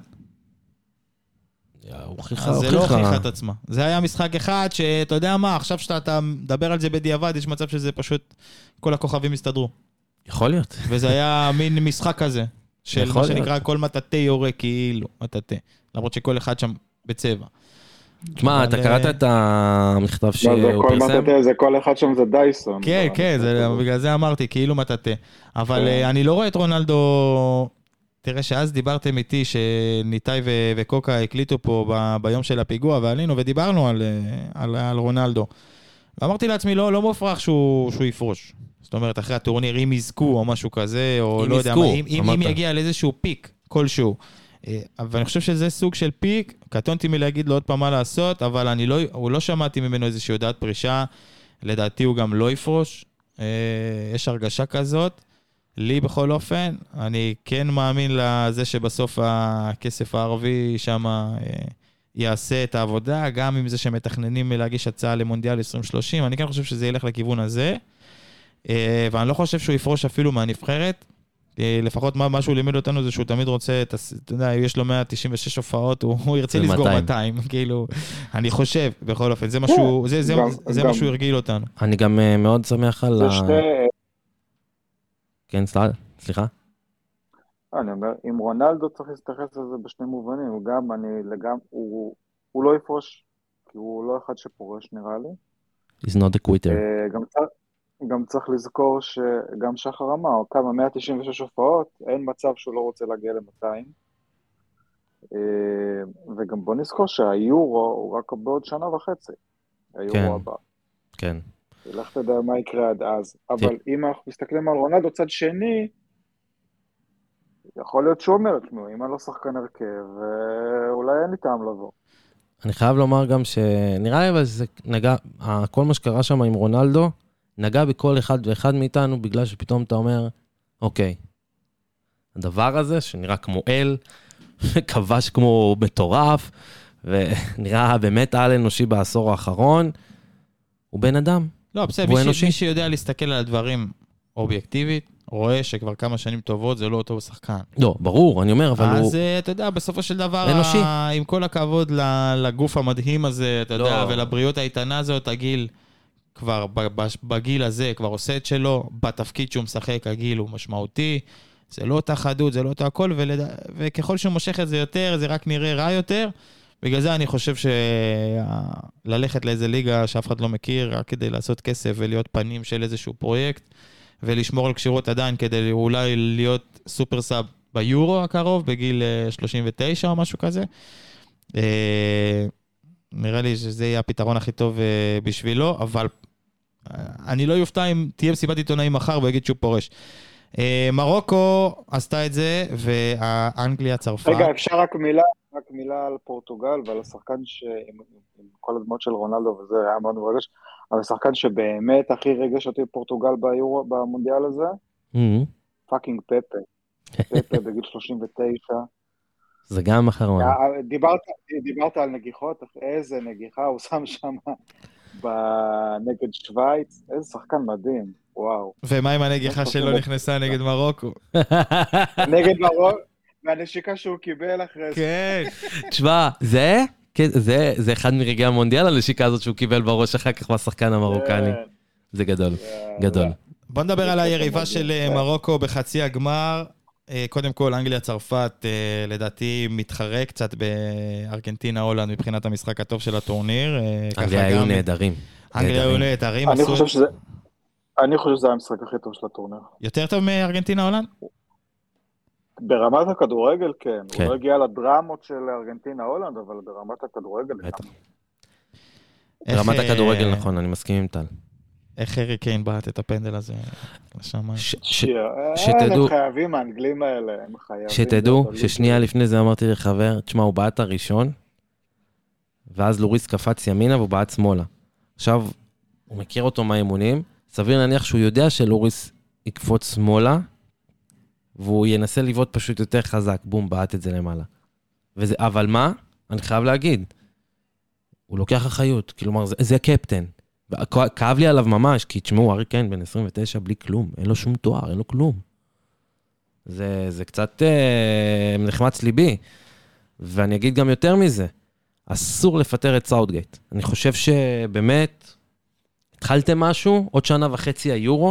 הוכיחה, זה לא הוכיחה את עצמה. זה היה משחק אחד שאתה יודע מה, עכשיו שאתה מדבר על זה בדיעבד, יש מצב שזה פשוט כל הכוכבים הסתדרו. יכול להיות. וזה היה מין משחק כזה, של מה שנקרא כל מטאטה יורה כאילו, מטאטה. למרות שכל אחד שם בצבע. תשמע, אתה קראת את המכתב שהוא פרסם? זה כל אחד שם זה דייסון. כן, כן, בגלל זה אמרתי, כאילו מטאטה. אבל אני לא רואה את רונלדו... תראה שאז דיברתם איתי שניטאי ו- וקוקה הקליטו פה ב- ביום של הפיגוע ועלינו ודיברנו על, על, על רונלדו. ואמרתי לעצמי, לא, לא מופרח שהוא, שהוא יפרוש. זאת אומרת, אחרי הטורניר, אם יזכו או משהו כזה, או לא יודע מה, אם, אם, אם יגיע לאיזשהו פיק כלשהו. אבל אני חושב שזה סוג של פיק, קטונתי מלהגיד לו עוד פעם מה לעשות, אבל אני לא, הוא לא שמעתי ממנו איזושהי הודעת פרישה, לדעתי הוא גם לא יפרוש. יש הרגשה כזאת. לי בכל אופן, אני כן מאמין לזה שבסוף הכסף הערבי שם יעשה את העבודה, גם עם זה שמתכננים להגיש הצעה למונדיאל עשרים שלושים, אני כן חושב שזה ילך לכיוון הזה, ואני לא חושב שהוא יפרוש אפילו מהנבחרת, לפחות מה שהוא לימד אותנו זה שהוא תמיד רוצה, אתה יודע, יש לו מאה תשעים ושש הופעות, הוא ירצה לסגור מאתיים, כאילו, אני חושב, בכל אופן, זה משהו, זה משהו הרגיל אותנו. אני גם מאוד שמח על... כן, סליחה? אני אומר, עם רונלדו צריך להסתכל על זה בשני מובנים, הוא גם, אני לגמרי, הוא, הוא לא יפרוש, כי הוא לא אחד שפורש נראה לי. He's not a quitter. גם, גם צריך לזכור שגם שחר אמר, כמה מאה תשעים ושש הופעות, אין מצב שהוא לא רוצה להגיע ל-מאתיים. וגם בוא נזכור שהיורו הוא רק בעוד שנה וחצי, היורו כן, הבא. כן. לך תדע מה יקרה עד אז. אבל אם אנחנו מסתכלים על רונלדו צד שני, יכול להיות שהוא אומר, אם אני לא שחקן הרכב, אולי אין לי טעם לבוא. אני חייב לומר גם שנראה לי, אבל זה נגע, כל מה שקרה שם עם רונלדו, נגע בכל אחד ואחד מאיתנו, בגלל שפתאום אתה אומר, אוקיי, הדבר הזה שנראה כמו אל, כבש כמו מטורף, ונראה באמת על אנושי בעשור האחרון, הוא בן אדם. לא, בסדר, מי שיודע להסתכל על הדברים אובייקטיבית, רואה שכבר כמה שנים טובות זה לא אותו שחקן. לא, ברור, אני אומר, אבל הוא... אז אתה יודע, בסופו של דבר, עם כל הכבוד לגוף המדהים הזה, אתה יודע, ולבריאות האיתנה הזאת, הגיל כבר בגיל הזה, כבר עושה את שלו, בתפקיד שהוא משחק, הגיל הוא משמעותי, זה לא אותה חדות, זה לא אותו הכל, וככל שהוא מושך את זה יותר, זה רק נראה רע יותר, בגלל זה אני חושב שללכת לאיזה ליגה שאף אחד לא מכיר, רק כדי לעשות כסף ולהיות פנים של איזשהו פרויקט, ולשמור על קשירות עדיין כדי אולי להיות סופר סאב ביורו הקרוב, בגיל שלושים ותשע או משהו כזה. נראה לי שזה יהיה הפתרון הכי טוב בשבילו, אבל אני לא יופתע אם תהיה מסיבת עיתונאים מחר ויגיד שהוא פורש. מרוקו עשתה את זה, והאנגליה, צרפת. רגע, אפשר רק מילה, רק מילה על פורטוגל ועל השחקן שעם כל הדמות של רונלדו, וזה היה מאוד מרגש, אבל השחקן שבאמת הכי רגש אותי פורטוגל ביורו, במונדיאל הזה, פאקינג פפה. פפה בגיל שלושים ותשע. זה גם אחרון. דיברת, דיברת על נגיחות, איזה נגיחה הוא שם שם בנגד שוויץ, איזה שחקן מדהים, וואו. ומה עם הנגיחה שלא נכנסה נגד מרוקו? נגד מרוקו, והנשיקה שהוא קיבל אחרי זה. כן. תשמע, זה... זה, זה אחד מרגעי המונדיאל, הנשיקה הזאת שהוא קיבל בראש אחר כך בשחקן המרוקני. זה גדול, גדול. בוא נדבר על היריבה של מרוקו בחצי הגמר. קודם כל, אנגליה, צרפת, לדעתי מתחרה קצת בארגנטינה, הולנד, מבחינת המשחק הטוב של הטורניר. אנגליה היו נהדרים. אנגליה היו נהדרים. אני חושב שזה... אני חושב שזה המשחק הכי טוב של הטורניר. יותר טוב מארגנטינה, הולנד? ברמת הכדורגל, כן. הוא לא הגיע לדרמות של ארגנטינה, הולנד, אבל ברמת הכדורגל... ברמת הכדורגל, נכון, אני מסכים עם טל. איך הארי קיין בעט את הפנדל הזה לשם? שתדעו, הם חייבים, האנגלים האלה, הם חייבים. שתדעו, ששנייה לפני זה אמרתי לחבר, תשמע, הוא בעט הראשון, ואז לוריס קפץ ימינה והוא בעט שמאלה. עכשיו, הוא מכיר אותו מהאימונים, סביר להניח שהוא יודע שלוריס יקפוץ שמאלה, והוא ינסה לבעוט פשוט יותר חזק, בום, בעט את זה למעלה. וזה, אבל מה? אני חייב להגיד, הוא לוקח אחריות, כלומר, זה, זה קפטן. כאב לי עליו ממש, כי תשמעו, הארי קיין בן עשרים ותשע בלי כלום, אין לו שום תואר, אין לו כלום. זה, זה קצת אה, נחמץ ליבי. ואני אגיד גם יותר מזה, אסור לפטר את סאוטגייט. אני חושב שבאמת, התחלתם משהו, עוד שנה וחצי היורו,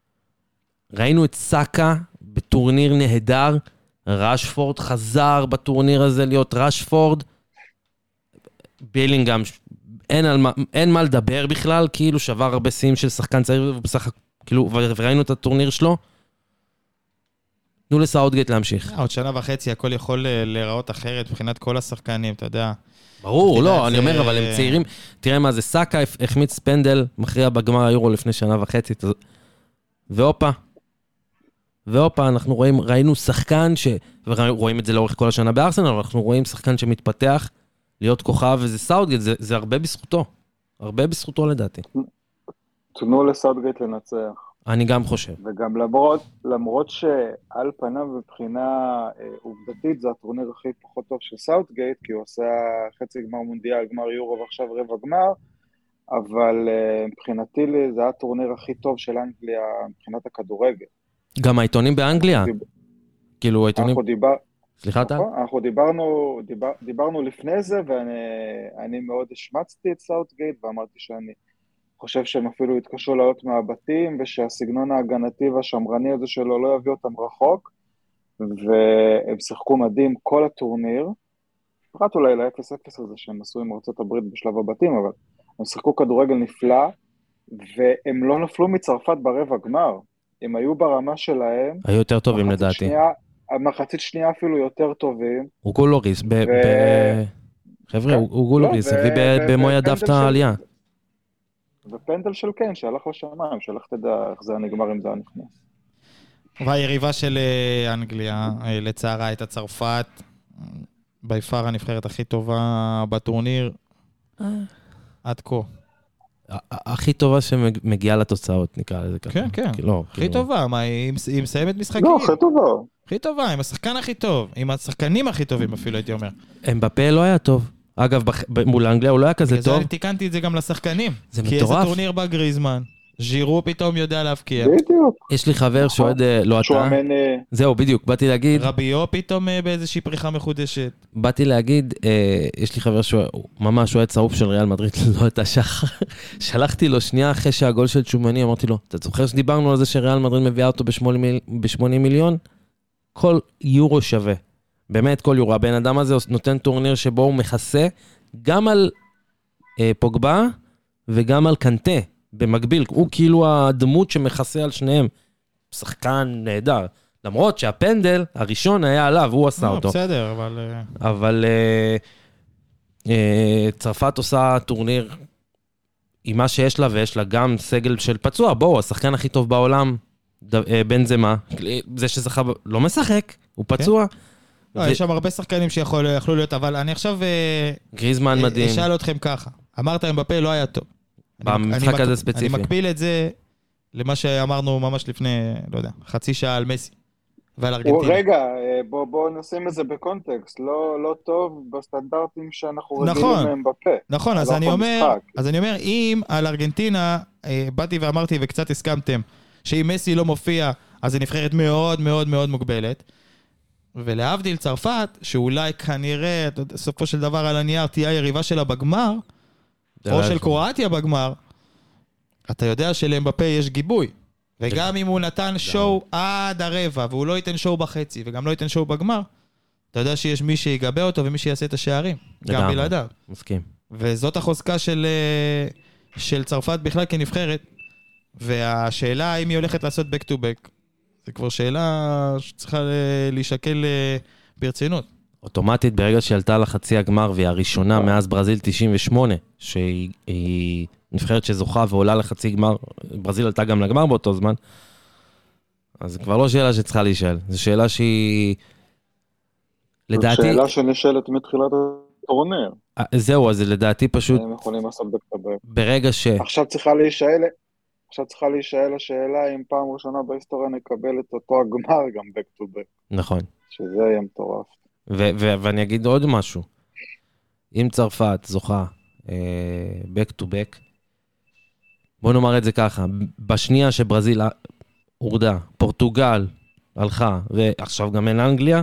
ראינו את סאקה בטורניר נהדר, רשפורד חזר בטורניר הזה להיות רשפורד, בילינגהם, אין, על מה, אין מה לדבר בכלל, כאילו שבר הרבה שיאים של שחקן צעיר, ובסך, כאילו, וראינו את הטורניר שלו, תנו לסאוטגייט להמשיך. עוד שנה וחצי הכל יכול להיראות אחרת, מבחינת כל השחקנים, אתה יודע. ברור, לא, אני אומר, אבל הם צעירים, תראה מה זה, סאקה החמיץ פנדל, מכריע בגמר היורו לפני שנה וחצי, ואופה, ואופה, אנחנו רואים, ראינו שחקן, ש... ורואים את זה לאורך כל השנה בארסנל, אבל אנחנו רואים שחקן שמתפתח, להיות כוכב, וזה סאוטגייט, זה, זה הרבה בזכותו. הרבה בזכותו לדעתי. תנו לסאוטגייט לנצח. אני גם חושב. וגם למרות, למרות שעל פניו מבחינה אה, עובדתית, זה הטורניר הכי פחות טוב של סאוטגייט, כי הוא עושה חצי גמר מונדיאל, גמר יורו ועכשיו רבע גמר, אבל אה, מבחינתי זה היה הטורניר הכי טוב של אנגליה מבחינת הכדורגל. גם העיתונים באנגליה? דיב... כאילו העיתונים... אנחנו דיבר... סליחה, טל? אנחנו דיברנו, דיבר, דיברנו לפני זה, ואני מאוד השמצתי את סאוטגייט, ואמרתי שאני חושב שהם אפילו התקשו לעלות מהבתים, ושהסגנון ההגנתי והשמרני הזה שלו לא יביא אותם רחוק, והם שיחקו מדהים כל הטורניר, פרט אולי ל-אפס אפס הזה שהם עשו עם ארצות הברית בשלב הבתים, אבל הם שיחקו כדורגל נפלא, והם לא נפלו מצרפת ברבע גמר, הם היו ברמה שלהם. היו יותר טובים לדעתי. שנייה, המחצית שנייה אפילו יותר טובים. הוא גולוריס, חבר'ה, הוא גולוריס, הביא במו ידיו את העלייה. ופנדל של קיין שהלך לשמיים, שהלך תדע איך זה נגמר אם זה היה נכנס. והיריבה של אנגליה, לצערה הייתה צרפת, ביפר הנבחרת הכי טובה בטורניר, עד כה. הכי טובה שמגיעה לתוצאות, נקרא לזה ככה. כן, כן, הכי טובה, מה, היא מסיימת משחקים? לא, הכי טובה. הכי טובה, עם השחקן הכי טוב, עם השחקנים הכי טובים אפילו, הייתי אומר. אמבפה לא היה טוב. אגב, מול אנגליה הוא לא היה כזה טוב. אני תיקנתי את זה גם לשחקנים. זה מטורף. כי איזה טורניר בא גריזמן, ז'ירו פתאום יודע להפקיע. בדיוק. יש לי חבר שעוד, לא אתה. זהו, בדיוק, באתי להגיד. רביו פתאום באיזושהי פריחה מחודשת. באתי להגיד, יש לי חבר שממש אוהד שרוף של ריאל מדריד, לא אתה שחר. שלחתי לו שנייה אחרי שהגול של צ'ומני, אמרתי לו, אתה זוכר שדיברנו על זה שריאל מדריד מביאה אותו ב-שמונים מיליון? כל יורו שווה. באמת כל יורו. הבן אדם הזה נותן טורניר שבו הוא מכסה גם על אה, פוגבה וגם על קנטה. במקביל, הוא כאילו הדמות שמכסה על שניהם. שחקן נהדר. למרות שהפנדל הראשון היה עליו, הוא עשה לא, אותו. בסדר, אבל... אבל אה, אה, צרפת עושה טורניר עם מה שיש לה, ויש לה גם סגל של פצוע. בואו, השחקן הכי טוב בעולם, בן זמה, זה שזכה לא משחק, הוא פצוע. לא, יש שם הרבה שחקנים שיכולו להיות, אבל אני עכשיו... גריזמן מדהים. אשאל אתכם ככה, אמרת אמבפה לא היה טוב. במשחק הזה ספציפי. אני מקביל את זה למה שאמרנו ממש לפני, לא יודע, חצי שעה על מסי ועל ארגנטינה. רגע, בואו נשים את זה בקונטקסט, לא טוב בסטנדרטים שאנחנו רגילים מאמבפה. נכון, אז אני אומר, אז אני אומר, אם על ארגנטינה באתי ואמרתי וקצת הסכמתם, שאם מסי לא מופיע, אז זה נבחרת מאוד מאוד מאוד מוגבלת, ולהבדיל צרפת, שאולי כנראה, סופו של דבר על הנייר, תהיה היריבה שלה בגמר, או של קרואטיה בגמר, אתה יודע שלאמבפה יש גיבוי. וגם אם הוא נתן שואו עד הרבע, והוא לא ייתן שואו בחצי, וגם לא ייתן שואו בגמר, אתה יודע שיש מי שיגבה אותו ומי שיעשה את השערים. גם בלעדיו. מסכים. וזאת החוזקה של, של צרפת בכלל כנבחרת. והשאלה האם היא הולכת לעשות back to back, זה כבר שאלה שצריכה להישקל ברצינות. אוטומטית, ברגע שעלתה לחצי הגמר, והיא הראשונה מאז ברזיל תשעים ושמונה, שהיא נבחרת שזוכה ועולה לחצי גמר, ברזיל עלתה גם לגמר באותו זמן, אז זה כבר לא שאלה שצריכה להישאל, זו שאלה שהיא... לדעתי... זו שאלה שנשאלת מתחילת הטורניר. זהו, אז לדעתי פשוט... הם יכולים לעשות בקטבק. ברגע ש... עכשיו צריכה להישאל... עכשיו צריכה להישאל השאלה אם פעם ראשונה בהיסטוריה נקבל את אותו הגמר גם back to back. נכון. שזה יהיה מטורף. ו- ו- ואני אגיד עוד משהו. אם צרפת זוכה אה, back to back, בוא נאמר את זה ככה, בשנייה שברזיל הורדה, פורטוגל הלכה, ועכשיו גם אין אנגליה,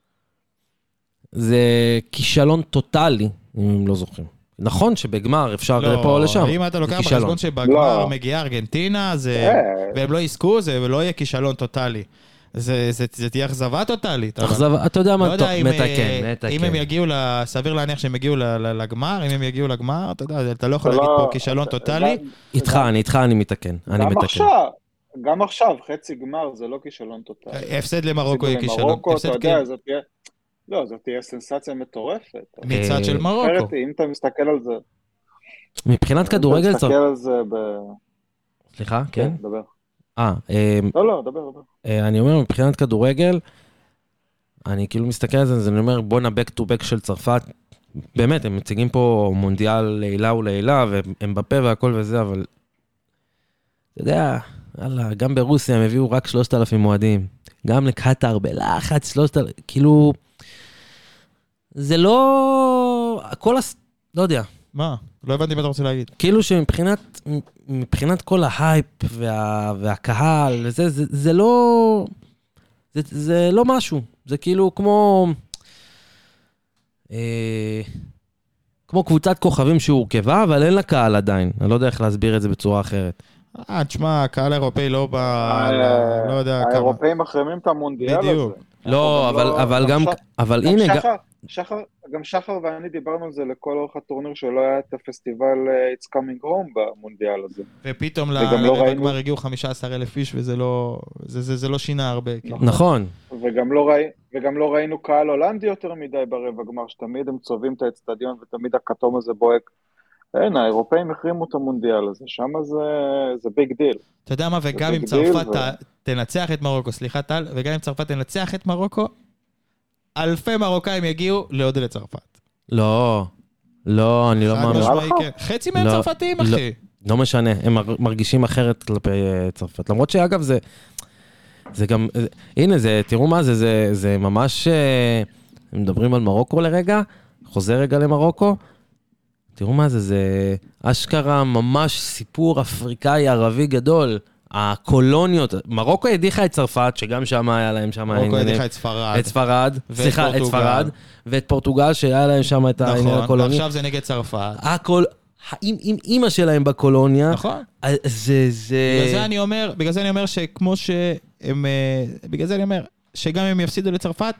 זה כישלון טוטלי, אם הם לא זוכים. נכון שבגמר אפשר לא, פה או לשם. אם אתה לוקח בחשבון שבגמר לא. מגיעה ארגנטינה, זה, והם לא יזכו, זה ולא יהיה כישלון טוטלי. זה, זה, זה תהיה אכזבה טוטלית. אכזבה, אתה יודע מה, לא טוב, יודע מתקן, מתקן. אם הם יגיעו, סביר להניח שהם יגיעו לגמר, אם הם יגיעו לגמר, אתה יודע, אתה לא יכול להגיד פה כישלון טוטלי. איתך, אני איתך, אני מתקן. גם עכשיו, גם עכשיו, חצי גמר זה לא כישלון טוטלי. הפסד למרוקו היא כישלון. אתה יודע, זה תהיה... לא, זאת תהיה סנסציה מטורפת. מצד של מרוקו. אם אתה מסתכל על זה... מבחינת כדורגל... אתה מסתכל על זה ב... סליחה, כן? דבר. אה, לא, לא, דבר, דבר. אני אומר, מבחינת כדורגל, אני כאילו מסתכל על זה, אז אני אומר, בוא נבק טו בק של צרפת, באמת, הם מציגים פה מונדיאל לילה ולילה, והם בפה והכל וזה, אבל... אתה יודע, אללה, גם ברוסיה הם הביאו רק שלושת אלפים מועדים. גם לקטר, בלחץ, שלושת אלפים, כאילו... זה לא... הכל... לא יודע. מה? לא הבנתי מה אתה רוצה להגיד. כאילו שמבחינת... מבחינת כל ההייפ וה... והקהל, זה, זה, זה לא... זה, זה לא משהו. זה כאילו כמו... אה... כמו קבוצת כוכבים שהורכבה, אבל אין לה קהל עדיין. אני לא יודע איך להסביר את זה בצורה אחרת. אה, תשמע, הקהל האירופאי לא בא... לא יודע כמה. האירופאים מחרימים את המונדיאל הזה. לא, אבל גם... אבל הנה... שחר, גם שחר ואני דיברנו על זה לכל אורך הטורניר שלא היה את הפסטיבל It's Coming Home במונדיאל הזה. ופתאום לרבע הגמר הגיעו חמישה עשר אלף איש וזה לא, זה, זה לא שינה הרבה. נכון. וגם לא, ראי, וגם לא ראינו קהל הולנדי יותר מדי ברבע הגמר, שתמיד הם צובעים את האצטדיון ותמיד הכתום הזה בועק. אין, האירופאים החרימו את המונדיאל הזה, שם זה, זה ביג דיל. אתה יודע מה, וגם אם צרפת ו... תנצח את מרוקו, סליחה טל, וגם אם צרפת תנצח את מרוקו, אלפי מרוקאים יגיעו לעוד לצרפת. לא, לא, אני לא מאמין. חצי מהם צרפתיים, אחי. לא משנה, הם מרגישים אחרת כלפי צרפת. למרות שאגב זה, זה גם, הנה זה, תראו מה זה, זה, זה ממש, מדברים על מרוקו לרגע, חוזר רגע למרוקו, תראו מה זה, זה אשכרה ממש סיפור אפריקאי ערבי גדול. הקולוניות, מרוקו הדיחה את צרפת, שגם שם היה להם שם... מרוקו הדיחה את ספרד. את ספרד, סליחה, את ספרד, ואת פורטוגל, שהיה להם שם את העניין הקולוני. נכון, ועכשיו זה נגד צרפת. הכל, עם אימא שלהם בקולוניה, נכון. זה, זה... בגלל זה אני אומר, בגלל זה אני אומר שכמו שהם, בגלל זה אני אומר, שגם הם יפסידו לצרפת,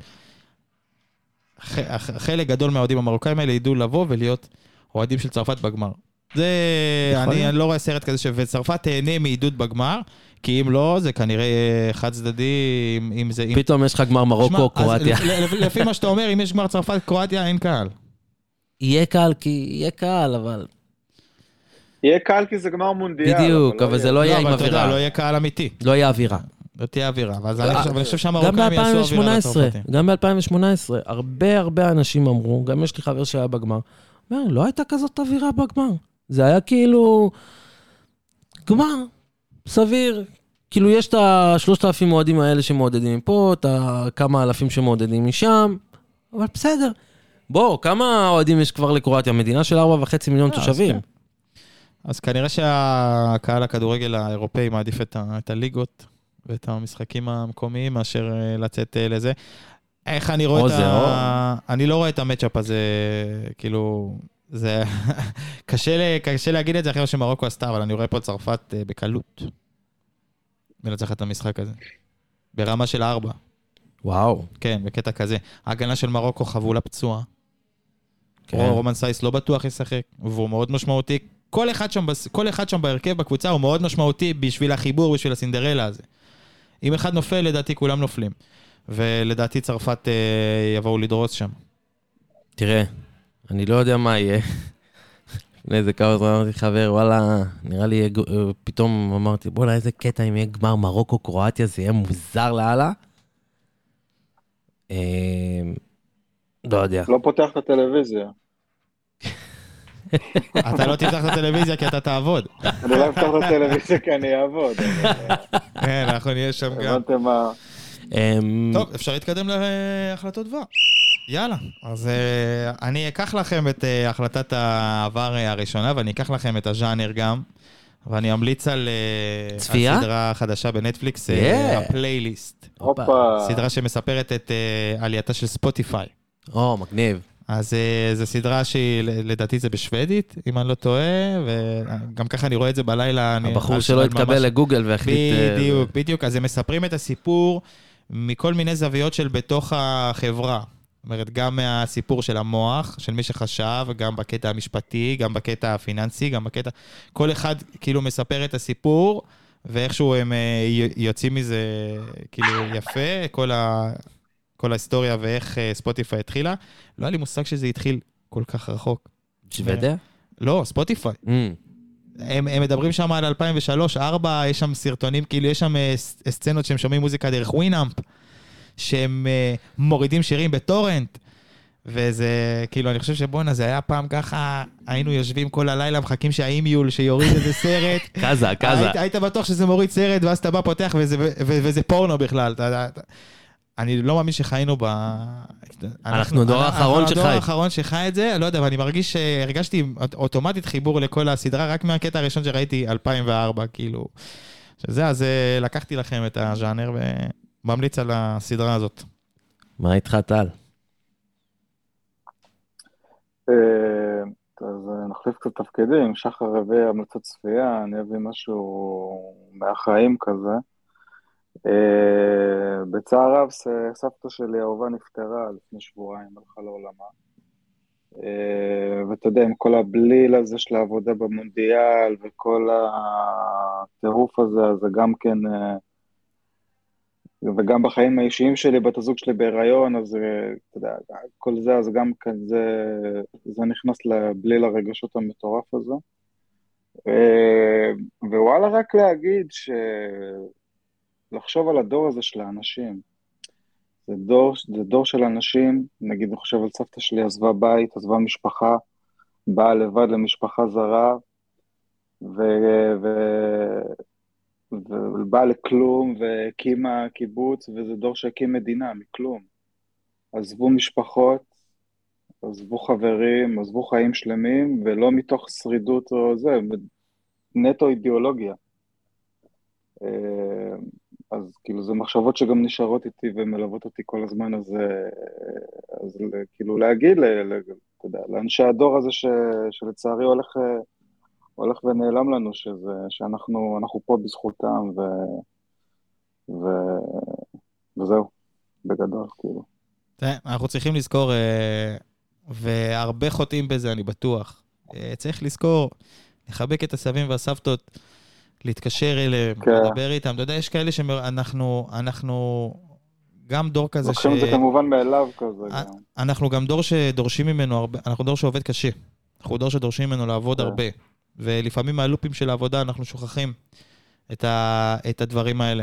חלק גדול מהאוהדים המרוקאים האלה ידעו לבוא ולהיות אוהדים של צרפת בגמר. זה, אני, אני לא רואה סרט כזה שצרפת תהנה מעידוד בגמר, כי אם לא, זה כנראה חד צדדי, אם זה... פתאום יש לך גמר מרוקו, קרואטיה. לפי מה שאתה אומר, אם יש גמר צרפת, קרואטיה, אין קהל. יהיה קהל, כי יהיה קהל, אבל... יהיה קהל כי זה גמר מונדיאל. בדיוק, אבל זה לא יהיה עם אווירה. לא יהיה קהל אמיתי. לא יהיה אווירה. לא תהיה אווירה, אבל אני חושב שהמרוקאים יעשו אווירה לצרפתים. גם ב-אלפיים ושמונה עשרה, הרבה הרבה אנשים אמרו, גם יש לי חבר שהיה בגמר, לא הייתה כזאת אווירה בגמר. זה היה כאילו גמר, סביר. כאילו יש את השלושת אלפים מועדים האלה שמועדדים מפה, את כמה אלפים שמועדדים משם, אבל בסדר. בוא, כמה אוהדים יש כבר לקרואטיה? מדינה של ארבע וחצי מיליון תושבים. אז כנראה שהקהל הכדורגל האירופאי מעדיף את הליגות ואת המשחקים המקומיים מאשר לצאת לזה. איך אני רואה את ה... אני לא רואה את המאצ'אפ הזה, כאילו... זה קשה, קשה להגיד את זה אחרי שמרוקו עשתה, אבל אני רואה פה צרפת בקלות. מנצחת את המשחק הזה. ברמה של ארבע. וואו. כן, בקטע כזה. ההגנה של מרוקו חבולה פצועה. כן. רומן סייס לא בטוח ישחק, והוא מאוד משמעותי. כל אחד שם, כל אחד שם בהרכב בקבוצה הוא מאוד משמעותי בשביל החיבור, בשביל הסינדרלה הזה. אם אחד נופל, לדעתי כולם נופלים. ולדעתי צרפת יבואו לדרוס שם. תראה, אני לא יודע מה יהיה. לפני איזה כמה זמן אמרתי חבר, וואלה, נראה לי, פתאום אמרתי, בוא, איזה קטע אם יהיה גמר מרוקו-קרואטיה, זה יהיה מוזר להלאה. לא יודע. לא פותח את הטלוויזיה. אתה לא תפתח את הטלוויזיה כי אתה תעבוד. אני לא אפתח את הטלוויזיה כי אני אעבוד. כן, אנחנו נהיה שם גם. הבנתם מה... טוב, אפשר להתקדם להחלטות דבר. יאללה, אז אני אקח לכם את החלטת העבר הראשונה, ואני אקח לכם את הז'אנר גם, ואני אמליץ על הסדרה החדשה בנטפליקס, הפלייליסט. סדרה שמספרת את עלייתה של ספוטיפיי. או, מגניב. אז זו סדרה שהיא, לדעתי זה בשוודית, אם אני לא טועה, וגם ככה אני רואה את זה בלילה. הבחור שלא התקבל לגוגל והחליט... בדיוק, בדיוק. אז הם מספרים את הסיפור מכל מיני זוויות של בתוך החברה. זאת אומרת, גם מהסיפור של המוח, של מי שחשב, גם בקטע המשפטי, גם בקטע הפיננסי, גם בקטע... כל אחד כאילו מספר את הסיפור, ואיכשהו הם יוצאים מזה כאילו יפה, כל ה... כל ההיסטוריה ואיך ספוטיפיי התחילה. לא היה לי מושג שזה התחיל כל כך רחוק. שוודיה? לא, ספוטיפיי. הם, הם מדברים שם על אלפיים ושלוש, ארבע, יש שם סרטונים, כאילו יש שם סצנות שהם שומעים מוזיקה דרך ווינאמפ, שהם מורידים שירים בטורנט, וזה, כאילו, אני חושב שבונה, זה היה פעם ככה, היינו יושבים כל הלילה, מחכים שהאימיול שיוריד איזה סרט. קזה, קזה. היית, היית בטוח שזה מוריד סרט, ואז אתה בא פותח, וזה, וזה, וזה פורנו בכלל. אתה, אתה, אני לא מאמין שחיינו ב... אנחנו הדור האחרון שחי. הדור האחרון שחי את זה, לא יודע, אבל אני מרגיש שהרגשתי אוטומטית חיבור לכל הסדרה, רק מהקטע הראשון שראיתי אלפיים וארבע, כאילו. שזה, אז לקחתי לכם את הז'אנר וממליץ על הסדרה הזאת. מה איתך, טל? אז נחליף קצת תפקידים, שחר רבי המלצות צפייה, אני אביא משהו מהחיים כזה. בצער רב, סבתא שלי האהובה נפטרה לפני שבועיים, הלכה לעולמה. ואתה יודע, עם כל הבליל הזה של העבודה במונדיאל וכל הטירוף הזה, אז זה גם כן, וגם בחיים האישיים שלי, בת הזוג שלי בהיריון, אז אתה יודע, כל זה, אז גם כן, זה, זה נכנס לבליל הרגשות המטורף הזה. ווואלה, רק להגיד ש... לחשוב על הדור הזה של האנשים. זה דור, זה דור של אנשים, נגיד אני חושב על סבתא שלי, עזבה בית, עזבה משפחה, באה לבד למשפחה זרה, ו... ו... ובאה לכלום, והקימה קיבוץ, וזה דור שהקים מדינה, מכלום. עזבו משפחות, עזבו חברים, עזבו חיים שלמים, ולא מתוך שרידות או זה, נטו אידיאולוגיה. אז כאילו זה מחשבות שגם נשארות איתי ומלוות אותי כל הזמן, אז, אז כאילו להגיד, אתה יודע, לאנשי הדור הזה ש, שלצערי הולך, הולך ונעלם לנו, שזה, שאנחנו אנחנו פה בזכותם, ו, ו, וזהו, בגדול, כאילו. אנחנו צריכים לזכור, והרבה חוטאים בזה, אני בטוח. צריך לזכור, לחבק את הסבים והסבתות, להתקשר אליהם, כן. לדבר איתם. אתה יודע, יש כאלה שאנחנו, אנחנו גם דור כזה ש... לוקחים את זה כמובן מאליו כזה. אנחנו גם דור שדורשים ממנו הרבה, אנחנו דור שעובד קשה. אנחנו דור שדורשים ממנו לעבוד כן. הרבה. ולפעמים מהלופים של העבודה אנחנו שוכחים את, ה, את הדברים האלה.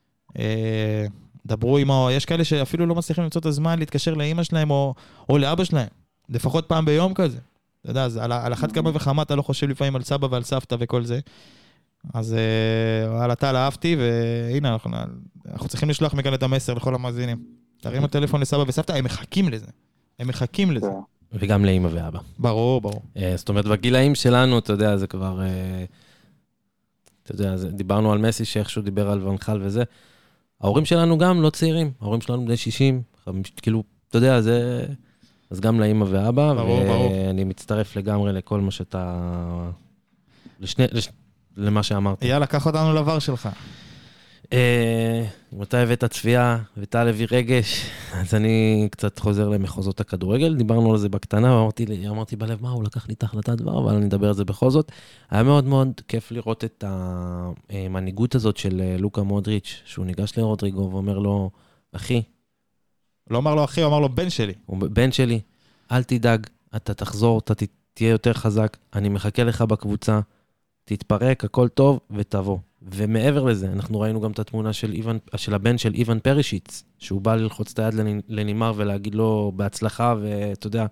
דברו עם... יש כאלה שאפילו לא מצליחים למצוא את הזמן להתקשר לאמא שלהם או, או לאבא שלהם. לפחות פעם ביום כזה. אתה יודע, אז על, על אחת כמה וכמה אתה לא חושב לפעמים על סבא ועל סבתא וכל זה. אז על הטל אהבתי, והנה, אנחנו, אנחנו צריכים לשלוח מכאן את המסר לכל המאזינים. תרים הטלפון לסבא וסבתא, הם מחכים לזה. הם מחכים לזה. וגם לאמא ואבא. ברור, ברור. זאת אומרת, בגילאים שלנו, אתה יודע, זה כבר... אתה יודע, דיברנו על מסי, שאיכשהו דיבר על ונחל וזה. ההורים שלנו גם לא צעירים. ההורים שלנו בני שישים, כאילו, אתה יודע, זה... אז גם לאמא ואבא. ברור, ברור. ואני מצטרף לגמרי לכל מה שאתה... לשני... למה שאמרתי. יאללה, קח אותנו לעבר שלך. אם אתה הבאת צפייה ואתה לביא רגש, אז אני קצת חוזר למחוזות הכדורגל, דיברנו על זה בקטנה, ואמרתי בלב, מה, הוא לקח לי את ההחלטה דבר, אבל אני אדבר על זה בכל זאת. היה מאוד מאוד כיף לראות את המנהיגות הזאת של לוקה מודריץ', שהוא ניגש לרודריגו ואומר לו, אחי. לא אמר לו אחי, הוא אמר לו בן שלי. בן שלי, אל תדאג, אתה תחזור, אתה תהיה יותר חזק, אני מחכה לך בקבוצה, תתפרק, הכל טוב ותבוא. ומעבר לזה, אנחנו ראינו גם את התמונה של, איוון, של הבן של איוון פרישיץ, שהוא בא ללחוץ את היד לנימר ולהגיד לו בהצלחה, ואתה יודע,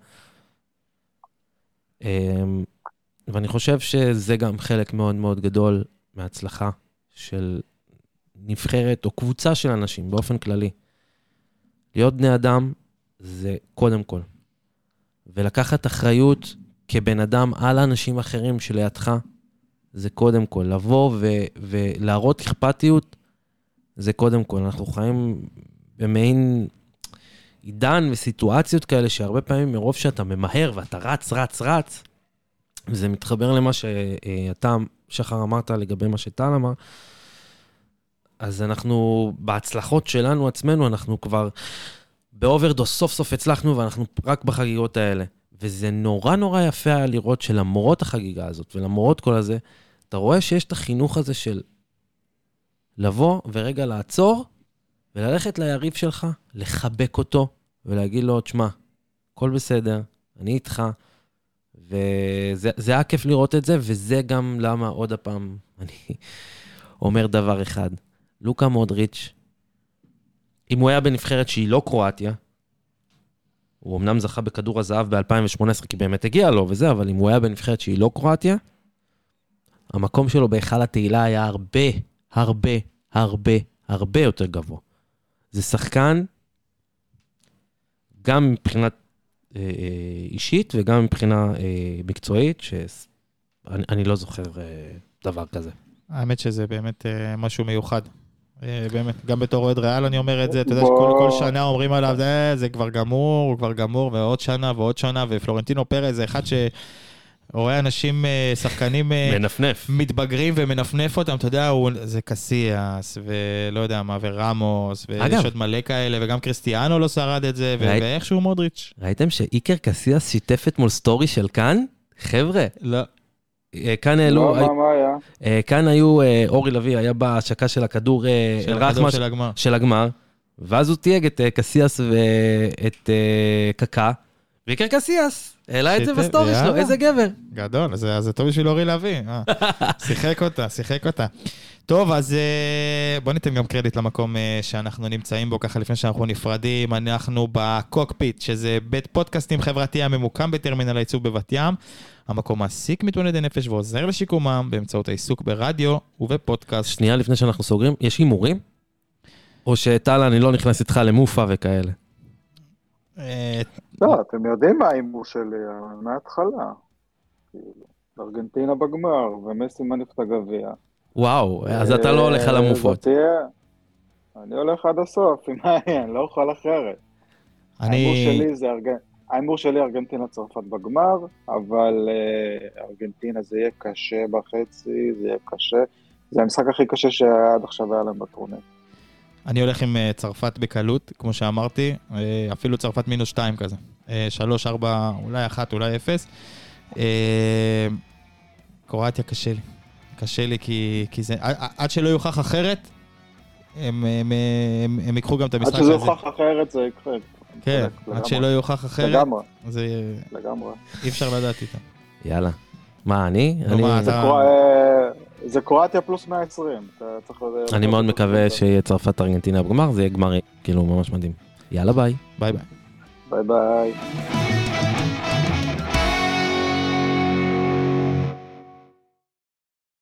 ואני חושב שזה גם חלק מאוד מאוד גדול מההצלחה של נבחרת או קבוצה של אנשים, באופן כללי. להיות בני אדם זה קודם כל. ולקחת אחריות כבן אדם על האנשים אחרים שלידך, זה קודם כל. לבוא ו- ולהראות אכפתיות, זה קודם כל. אנחנו חיים במעין עידן וסיטואציות כאלה, שהרבה פעמים מרוב שאתה ממהר ואתה רץ, רץ, רץ, וזה מתחבר למה שאתה, שחר, אמרת לגבי מה שטל אמר, אז אנחנו, בהצלחות שלנו עצמנו, אנחנו כבר באוברדוס סוף סוף הצלחנו, ואנחנו רק בחגיגות האלה. וזה נורא נורא יפה היה לראות שלמרות החגיגה הזאת, ולמרות כל הזה, אתה רואה שיש את החינוך הזה של לבוא ורגע לעצור, וללכת ליריב שלך, לחבק אותו, ולהגיד לו, תשמע, הכל בסדר, אני איתך, וזה זה היה כיף לראות את זה, וזה גם למה עוד הפעם אני אומר דבר אחד. לוקה מודריץ', אם הוא היה בנבחרת שהיא לא קרואטיה, הוא אמנם זכה בכדור הזהב ב-אלפיים ושמונה עשרה, כי באמת הגיע לו וזה, אבל אם הוא היה בנבחרת שהיא לא קרואטיה, המקום שלו בהיכל התהילה היה הרבה, הרבה, הרבה, הרבה יותר גבוה. זה שחקן, גם מבחינת אה, אישית, וגם מבחינה אה, מקצועית, שאני אני לא זוכר אה, דבר כזה. האמת שזה באמת אה, משהו מיוחד. באמת, גם בתור אוהד ריאל אני אומר את זה, אתה יודע שכל כל שנה אומרים עליו, זה, זה כבר גמור, הוא כבר גמור, ועוד שנה ועוד שנה, ופלורנטינו פרז זה אחד שרואה אנשים, שחקנים מנפנף. מתבגרים ומנפנף אותם, אתה יודע, הוא, זה קסיאס, ולא יודע מה, ורמוס, ויש עוד מלא כאלה, וגם קריסטיאנו לא שרד את זה, ראית, ואיכשהו מודריץ'. ראיתם שאיקר קסיאס שיתף אתמול סטורי של כאן? חבר'ה? לא. כאן העלו, לא, מה היה? כאן היו, אורי לוי היה בהשקה של הכדור, של הכדור של הגמר. של הגמר, ואז הוא תייג את קסיאס ואת קקה, ויקר קסיאס, העלה את זה בסטורי שלו, איזה גבר. גדול, אז זה טוב בשביל אורי לוי, שיחק אותה, שיחק אותה. טוב, אז בוא ניתן גם קרדיט למקום שאנחנו נמצאים בו, ככה לפני שאנחנו נפרדים, אנחנו בקוקפיט, שזה בית פודקאסטים חברתי הממוקם בטרמינל העיצוב בבת ים, המקום מעסיק מתמודדי נפש ועוזר לשיקומם באמצעות העיסוק ברדיו ובפודקאסט. שנייה לפני שאנחנו סוגרים, יש הימורים? או שטל, אני לא נכנס איתך למופה וכאלה? לא, אתם יודעים מה ההימור שלי מההתחלה. ארגנטינה בגמר, ומסי מניף את הגביע. וואו, אז אתה לא הולך על המופות. אני הולך עד הסוף, אני לא אוכל אחרת. ההימור שלי זה ארגנטינה. האימור שלי ארגנטינה צרפת בגמר, אבל uh, ארגנטינה זה יהיה קשה בחצי, זה יהיה קשה. זה המשחק הכי קשה שעד עכשיו היה להם בטורניר. אני הולך עם uh, צרפת בקלות, כמו שאמרתי, uh, אפילו צרפת מינוס שתיים כזה. Uh, שלוש, ארבע, אולי אחת, אולי אפס. Uh, קרואטיה קשה לי. קשה לי כי, כי זה, עד, עד שלא יוכח אחרת, הם, הם, הם, הם ייקחו גם את המשחק הזה. עד שזה יוכח אחרת זה יקרה. כן, עד שלא יוכח אחרת. לגמרי. זה... לגמרי. אי אפשר לדעת איתה. יאללה. מה, אני? זה קרואטיה פלוס מאה ועשרים. אני מאוד מקווה שיהיה צרפת ארגנטינה בגמר, זה יהיה גמר כאילו ממש מדהים. יאללה, ביי. ביי ביי. ביי ביי.